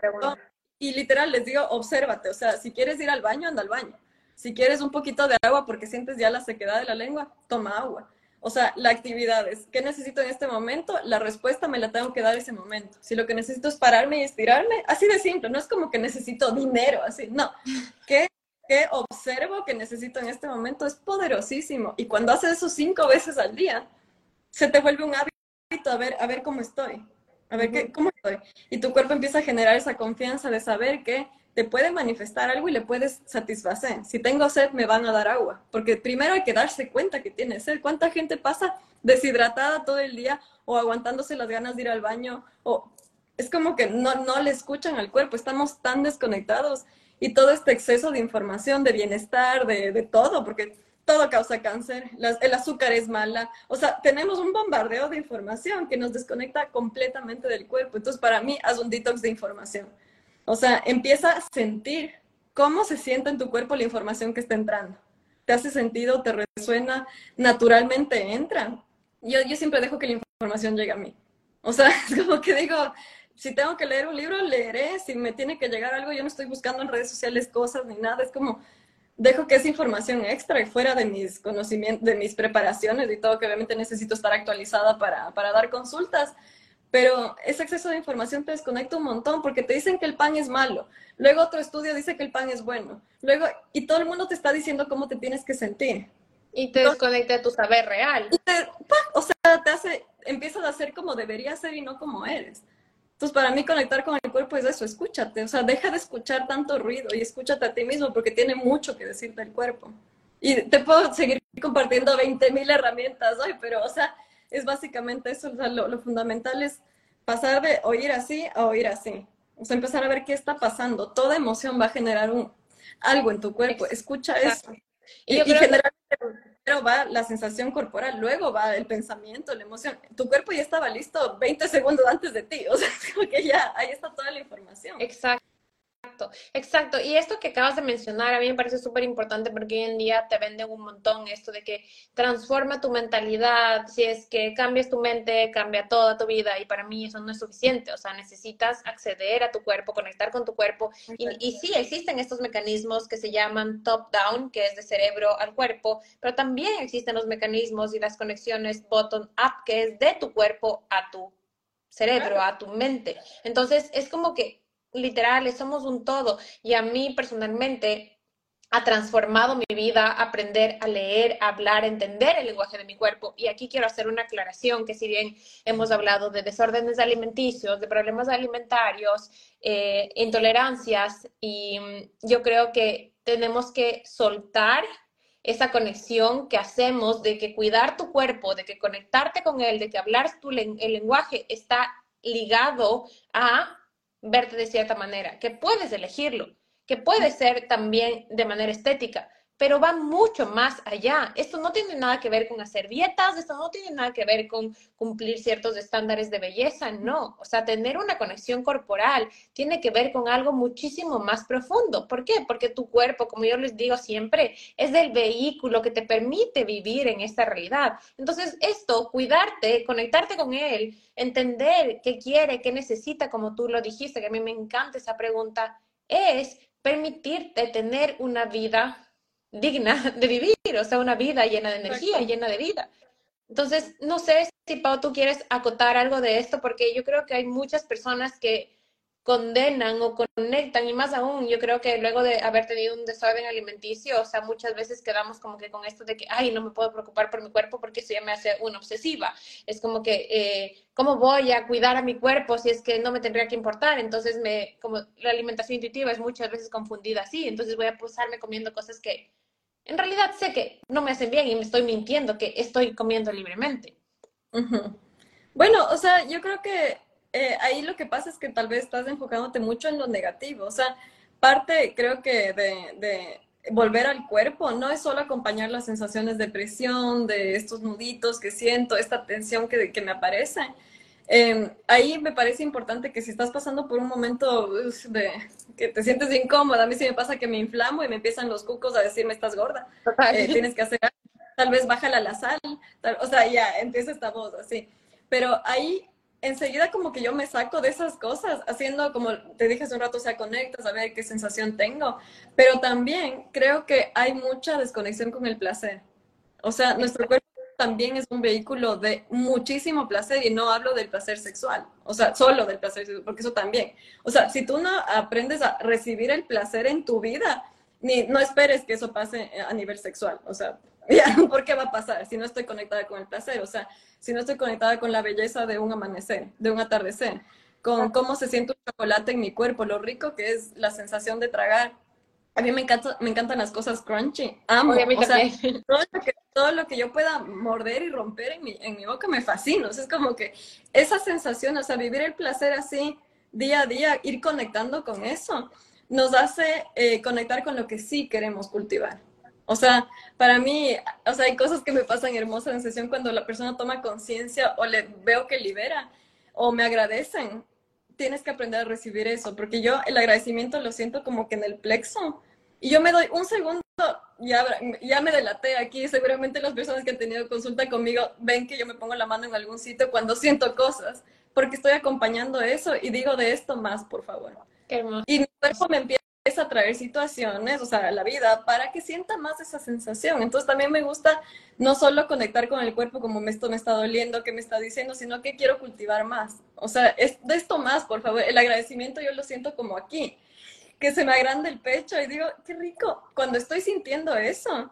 y literal les digo, obsérvate, o sea, si quieres ir al baño, anda al baño. Si quieres un poquito de agua porque sientes ya la sequedad de la lengua, toma agua. O sea, la actividad es, ¿qué necesito en este momento? La respuesta me la tengo que dar ese momento. Si lo que necesito es pararme y estirarme, así de simple, no es como que necesito dinero, así, no. ¿Qué observo que necesito en este momento? Es poderosísimo. Y cuando haces eso 5 veces al día, se te vuelve un hábito a ver cómo estoy. A ver, ¿cómo estoy? Y tu cuerpo empieza a generar esa confianza de saber que te puede manifestar algo y le puedes satisfacer. Si tengo sed, me van a dar agua. Porque primero hay que darse cuenta que tiene sed. ¿Cuánta gente pasa deshidratada todo el día o aguantándose las ganas de ir al baño? O es como que no le escuchan al cuerpo. Estamos tan desconectados. Y todo este exceso de información, de bienestar, de todo, porque todo causa cáncer, el azúcar es mala, o sea, tenemos un bombardeo de información que nos desconecta completamente del cuerpo. Entonces, para mí, haz un detox de información. O sea, empieza a sentir cómo se siente en tu cuerpo la información que está entrando. ¿Te hace sentido? ¿Te resuena? ¿Naturalmente entra? Yo siempre dejo que la información llegue a mí. O sea, es como que digo, si tengo que leer un libro, leeré. Si me tiene que llegar algo, yo no estoy buscando en redes sociales cosas ni nada. Es como, dejo que es información extra y fuera de mis conocimientos, de mis preparaciones y todo, que obviamente necesito estar actualizada para dar consultas. Pero ese exceso de información te desconecta un montón porque te dicen que el pan es malo. Luego otro estudio dice que el pan es bueno. Luego, y todo el mundo te está diciendo cómo te tienes que sentir. Y te desconecta de tu saber real. O sea, empiezas a ser como deberías ser y no como eres. Entonces, para mí conectar con el cuerpo es eso, escúchate. O sea, deja de escuchar tanto ruido y escúchate a ti mismo porque tiene mucho que decirte el cuerpo. Y te puedo seguir compartiendo 20,000 herramientas hoy, pero, o sea, es básicamente eso. O sea, lo fundamental es pasar de oír así a oír así. O sea, empezar a ver qué está pasando. Toda emoción va a generar algo en tu cuerpo. Escucha eso. Y generalmente primero va la sensación corporal, luego va el pensamiento, la emoción. Tu cuerpo ya estaba listo 20 segundos antes de ti. O sea, es como que ya ahí está toda la información. Exacto. Exacto. Y esto que acabas de mencionar a mí me parece súper importante porque hoy en día te venden un montón esto de que transforma tu mentalidad, si es que cambias tu mente, cambia toda tu vida y para mí eso no es suficiente, o sea, necesitas acceder a tu cuerpo, conectar con tu cuerpo y sí, existen estos mecanismos que se llaman top-down, que es de cerebro al cuerpo, pero también existen los mecanismos y las conexiones bottom-up, que es de tu cuerpo a tu cerebro, a tu mente. Entonces, es como que literal, somos un todo. Y a mí personalmente ha transformado mi vida aprender a leer, a hablar, a entender el lenguaje de mi cuerpo. Y aquí quiero hacer una aclaración, que si bien hemos hablado de desórdenes alimenticios, de problemas alimentarios, intolerancias, y yo creo que tenemos que soltar esa conexión que hacemos de que cuidar tu cuerpo, de que conectarte con él, de que hablar el lenguaje está ligado a verte de cierta manera, que puedes elegirlo, que puede ser también de manera estética, pero va mucho más allá. Esto no tiene nada que ver con hacer dietas, esto no tiene nada que ver con cumplir ciertos estándares de belleza, no. O sea, tener una conexión corporal tiene que ver con algo muchísimo más profundo. ¿Por qué? Porque tu cuerpo, como yo les digo siempre, es el vehículo que te permite vivir en esta realidad. Entonces, esto, cuidarte, conectarte con él, entender qué quiere, qué necesita, como tú lo dijiste, que a mí me encanta esa pregunta, es permitirte tener una vida digna de vivir, o sea, una vida llena de energía, llena de vida. Entonces, no sé si, Pau, tú quieres acotar algo de esto, porque yo creo que hay muchas personas que condenan o conectan, y más aún, yo creo que luego de haber tenido un desorden alimenticio, o sea, muchas veces quedamos como que con esto de que, ay, no me puedo preocupar por mi cuerpo porque eso ya me hace una obsesiva. Es como que, ¿cómo voy a cuidar a mi cuerpo si es que no me tendría que importar? Entonces, como la alimentación intuitiva es muchas veces confundida así, entonces voy a pasarme comiendo cosas que en realidad sé que no me hacen bien y me estoy mintiendo que estoy comiendo libremente. Uh-huh. Bueno, o sea, yo creo que ahí lo que pasa es que tal vez estás enfocándote mucho en lo negativo. O sea, parte creo que de volver al cuerpo no es solo acompañar las sensaciones de presión, de estos nuditos que siento, esta tensión que me aparece. Ahí me parece importante que si estás pasando por un momento de que te sientes incómoda, a mí sí me pasa que me inflamo y me empiezan los cucos a decirme estás gorda, tienes que hacer algo, tal vez bájala la sal, o sea, ya empieza esta voz así. Pero ahí enseguida como que yo me saco de esas cosas, haciendo como te dije hace un rato, o sea, conectas a ver qué sensación tengo, pero también creo que hay mucha desconexión con el placer. O sea, nuestro cuerpo también es un vehículo de muchísimo placer y no hablo del placer sexual, o sea, solo del placer sexual, porque eso también. O sea, si tú no aprendes a recibir el placer en tu vida, no esperes que eso pase a nivel sexual, o sea, ya, ¿por qué va a pasar si no estoy conectada con el placer? O sea, si no estoy conectada con la belleza de un amanecer, de un atardecer, con cómo se siente un chocolate en mi cuerpo, lo rico que es la sensación de tragar. A mí me encantan las cosas crunchy, amo, Oye, a mí o sea, también. todo lo que yo pueda morder y romper en mi boca me fascina, o sea, es como que esa sensación, o sea, vivir el placer así día a día, ir conectando con eso, nos hace conectar con lo que sí queremos cultivar. O sea, para mí, o sea, hay cosas que me pasan hermosas en sesión cuando la persona toma conciencia o le veo que libera o me agradecen. Tienes que aprender a recibir eso, porque yo el agradecimiento lo siento como que en el plexo. Y yo me doy un segundo, ya me delaté aquí. Seguramente las personas que han tenido consulta conmigo ven que yo me pongo la mano en algún sitio cuando siento cosas, porque estoy acompañando eso y digo de esto más, por favor. Qué hermoso. Y mi cuerpo me empieza a traer situaciones, o sea, la vida, para que sienta más esa sensación. Entonces también me gusta no solo conectar con el cuerpo como esto me está doliendo, que me está diciendo, sino que quiero cultivar más. O sea, es de esto más, por favor. El agradecimiento yo lo siento como aquí, que se me agranda el pecho y digo, qué rico. Cuando estoy sintiendo eso,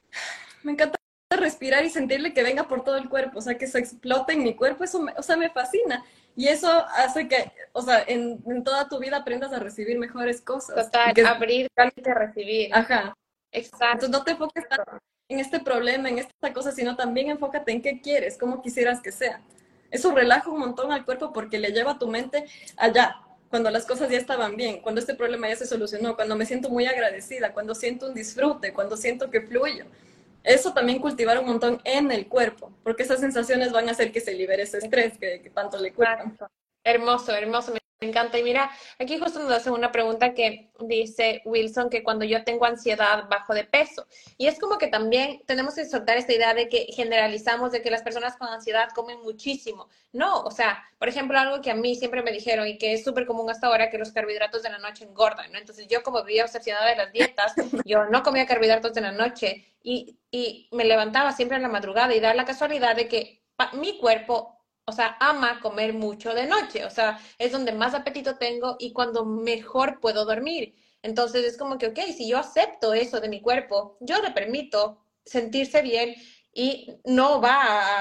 me encanta respirar y sentirle que venga por todo el cuerpo, o sea, que se explote en mi cuerpo, eso o sea, me fascina. Y eso hace que, o sea, en toda tu vida aprendas a recibir mejores cosas. Total, Que, abrir, realmente recibir. ajá. Exacto. Entonces no te enfoques tanto en este problema, en esta cosa, sino también enfócate en qué quieres, cómo quisieras que sea. Eso relaja un montón al cuerpo porque le lleva a tu mente allá, cuando las cosas ya estaban bien, cuando este problema ya se solucionó, cuando me siento muy agradecida, cuando siento un disfrute, cuando siento que fluyo. Eso también cultivar un montón en el cuerpo, porque esas sensaciones van a hacer que se libere ese estrés que tanto le cuesta. Hermoso, hermoso, me encanta. Y mira, aquí justo nos hace una pregunta que dice Wilson que cuando yo tengo ansiedad bajo de peso. Y es como que también tenemos que soltar esta idea de que generalizamos de que las personas con ansiedad comen muchísimo. No, o sea, por ejemplo, algo que a mí siempre me dijeron y que es súper común hasta ahora, que los carbohidratos de la noche engordan, ¿no? Entonces yo como vivía obsesionada de las dietas, yo no comía carbohidratos de la noche y me levantaba siempre en la madrugada y da la casualidad de que mi cuerpo, o sea, ama comer mucho de noche, o sea, es donde más apetito tengo y cuando mejor puedo dormir. Entonces es como que, ok, si yo acepto eso de mi cuerpo, yo le permito sentirse bien y no va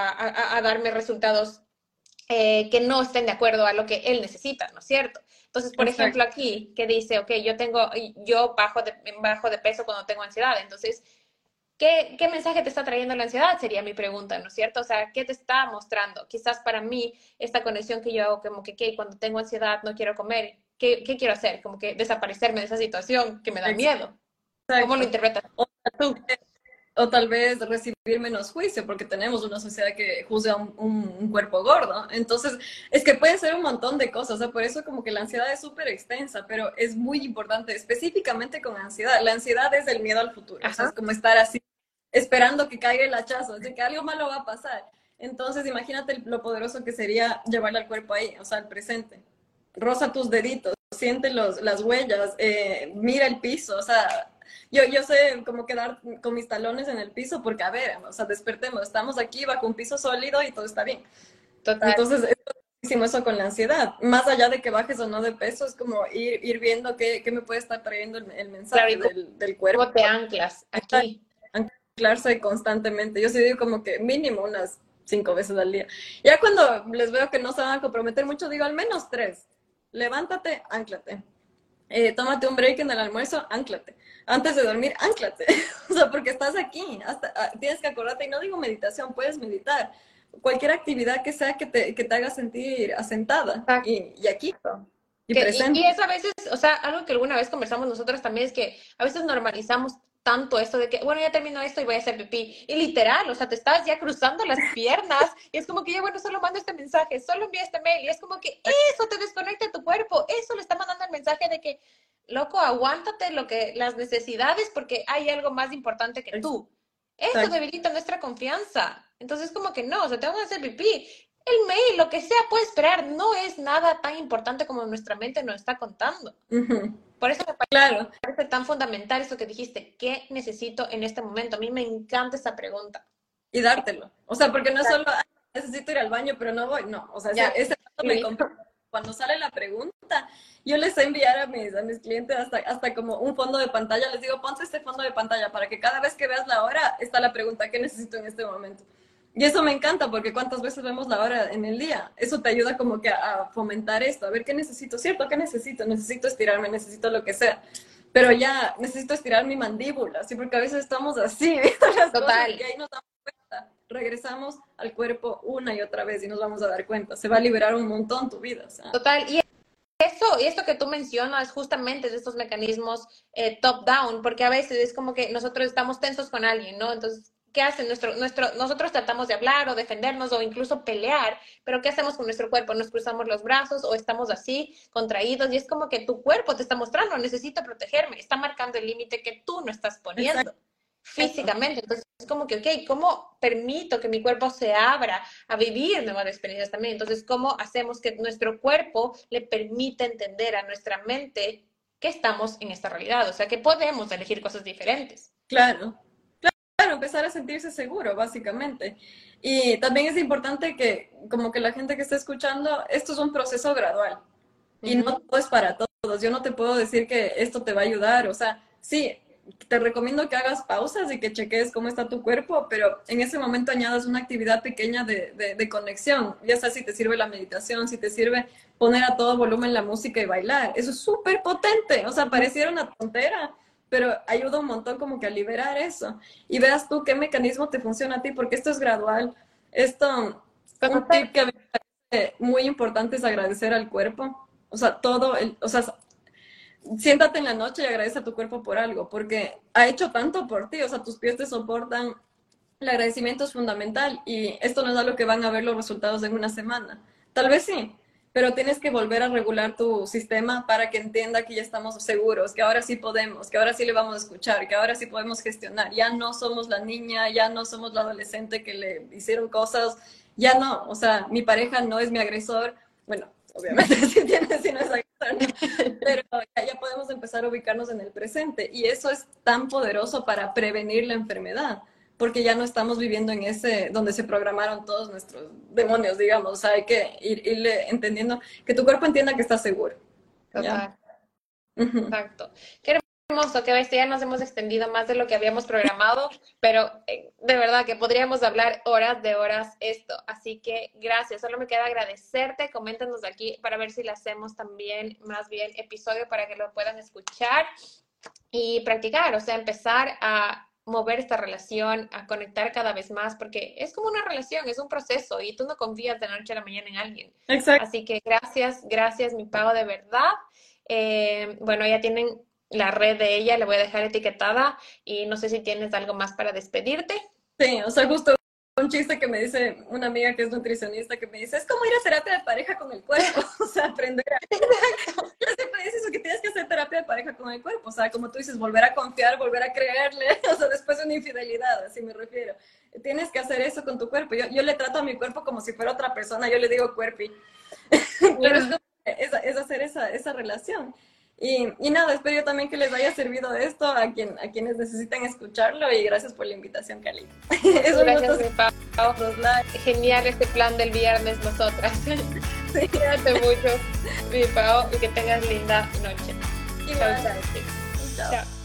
a darme resultados que no estén de acuerdo a lo que él necesita, ¿no es cierto? Entonces, por Exacto. ejemplo, aquí que dice, ok, yo bajo de peso cuando tengo ansiedad, entonces ¿qué mensaje te está trayendo la ansiedad? Sería mi pregunta, ¿no es cierto? O sea, ¿qué te está mostrando? Quizás para mí, esta conexión que yo hago, como que cuando tengo ansiedad no quiero comer, ¿qué quiero hacer? Como que desaparecerme de esa situación que me da miedo. ¿Cómo lo Exacto. interpretas tú? O tal vez recibir menos juicio, porque tenemos una sociedad que juzga un cuerpo gordo. Entonces, es que puede ser un montón de cosas. O sea, por eso como que la ansiedad es súper extensa, pero es muy importante, específicamente con ansiedad. La ansiedad es el miedo al futuro. O sea, es como estar así, esperando que caiga el hachazo, de que algo malo va a pasar. Entonces, imagínate lo poderoso que sería llevarle al cuerpo ahí, o sea, al presente. Roza tus deditos, siente las huellas, mira el piso, o sea, yo sé cómo quedar con mis talones en el piso porque, a ver, o sea, despertemos, estamos aquí bajo un piso sólido y todo está bien. Total. Entonces, hicimos eso con la ansiedad. Más allá de que bajes o no de peso, es como ir viendo qué me puede estar trayendo el mensaje Claro, del cuerpo. ¿cómo te anclas aquí? Anclarse constantemente. Yo sí digo como que mínimo unas 5 veces al día. Ya cuando les veo que no se van a comprometer mucho, digo al menos 3. Levántate, ánclate. Tómate un break en el almuerzo, ánclate. Antes de dormir, ánclate. O sea, porque estás aquí. Tienes que acordarte, y no digo meditación, puedes meditar, cualquier actividad que sea que te haga sentir asentada y aquí y Que, presente. y es a veces, o sea, algo que alguna vez conversamos nosotros también es que a veces normalizamos tanto esto de que, bueno, ya termino esto y voy a hacer pipí. Y literal, o sea, te estás ya cruzando las piernas y es como que ya, bueno, solo mando este mensaje, solo envía este mail y es como que eso te desconecta de tu cuerpo, eso le está mandando el mensaje de que, loco, aguántate las necesidades porque hay algo más importante que tú. Eso debilita nuestra confianza. Entonces, como que no, o sea, tengo que hacer pipí. El mail, lo que sea, puede esperar. No es nada tan importante como nuestra mente nos está contando. Por eso me parece tan fundamental eso que dijiste. ¿Qué necesito en este momento? A mí me encanta esa pregunta. Y dártelo. O sea, porque no es solo, necesito ir al baño, pero no voy. No, o sea, ese rato me cuando sale la pregunta, yo les sé enviar a mis clientes hasta como un fondo de pantalla. Les digo, ponte este fondo de pantalla para que cada vez que veas la hora está la pregunta, ¿qué necesito en este momento? Y eso me encanta porque cuántas veces vemos la hora en el día. Eso te ayuda como que a fomentar esto, a ver qué necesito, ¿cierto? ¿Qué necesito? Necesito estirarme, necesito lo que sea. Pero ya necesito estirar mi mandíbula, ¿sí? Porque a veces estamos así, viendo las cosas y ahí nos damos cuenta. Regresamos al cuerpo una y otra vez y nos vamos a dar cuenta. Se va a liberar un montón tu vida. O sea. Total. Y esto que tú mencionas justamente es de estos mecanismos top-down, porque a veces es como que nosotros estamos tensos con alguien, ¿no? Entonces, ¿qué hacen? Nosotros tratamos de hablar o defendernos o incluso pelear, pero ¿qué hacemos con nuestro cuerpo? Nos cruzamos los brazos o estamos así, contraídos, y es como que tu cuerpo te está mostrando, necesito protegerme, está marcando el límite que tú no estás poniendo físicamente. Entonces, es como que, ok, ¿cómo permito que mi cuerpo se abra a vivir nuevas experiencias también? Entonces, ¿cómo hacemos que nuestro cuerpo le permita entender a nuestra mente que estamos en esta realidad? O sea, que podemos elegir cosas diferentes. Claro, empezar a sentirse seguro, básicamente. Y también es importante que, como que la gente que está escuchando, esto es un proceso gradual. Y no todo es para todos. Yo no te puedo decir que esto te va a ayudar. O sea, sí, te recomiendo que hagas pausas y que cheques cómo está tu cuerpo, pero en ese momento añadas una actividad pequeña de conexión. Ya sea si te sirve la meditación, si te sirve poner a todo volumen la música y bailar. Eso es súper potente. O sea, pareciera una tontera, pero ayuda un montón como que a liberar eso. Y veas tú qué mecanismo te funciona a ti, porque esto es gradual. Un tip que a mí me parece muy importante es agradecer al cuerpo. O sea, siéntate en la noche y agradece a tu cuerpo por algo, porque ha hecho tanto por ti. O sea, tus pies te soportan. El agradecimiento es fundamental y esto no es algo que van a ver los resultados en una semana. Tal vez sí, pero tienes que volver a regular tu sistema para que entienda que ya estamos seguros, que ahora sí podemos, que ahora sí le vamos a escuchar, que ahora sí podemos gestionar. Ya no somos la niña, ya no somos la adolescente que le hicieron cosas, ya no. O sea, mi pareja no es mi agresor. Bueno, obviamente si no es agresor, ¿no? Pero ya podemos empezar a ubicarnos en el presente y eso es tan poderoso para prevenir la enfermedad. Porque ya no estamos viviendo en ese, donde se programaron todos nuestros demonios, digamos. O sea, hay que irle entendiendo, que tu cuerpo entienda que está seguro. Total. Exacto. Qué hermoso, que ya nos hemos extendido más de lo que habíamos programado, pero de verdad que podríamos hablar horas de horas esto. Así que gracias, solo me queda agradecerte. Coméntanos aquí para ver si le hacemos también, más bien, episodio para que lo puedan escuchar y practicar, o sea, empezar a mover esta relación, a conectar cada vez más, porque es como una relación, es un proceso y tú no confías de la noche a la mañana en alguien. Exacto. Así que gracias, mi Pau, de verdad. Bueno, ya tienen la red de ella, le voy a dejar etiquetada y no sé si tienes algo más para despedirte. Sí, o sea, justo un chiste que me dice una amiga que es nutricionista, que me dice, es como ir a terapia de pareja con el cuerpo, o sea, aprender a... Yo siempre dices eso, que tienes que hacer terapia de pareja con el cuerpo, o sea, como tú dices, volver a confiar, volver a creerle, o sea, después de una infidelidad, así me refiero. Tienes que hacer eso con tu cuerpo. Yo le trato a mi cuerpo como si fuera otra persona, yo le digo cuerpi. Pero es hacer esa relación. Y nada, espero yo también que les haya servido esto a quienes necesitan escucharlo y gracias por la invitación, Cali. Gracias, mi Pau. Genial este plan del viernes, nosotras. Sí. Cuídate mucho, mi Pau, y que tengas linda noche. Igual. Chao.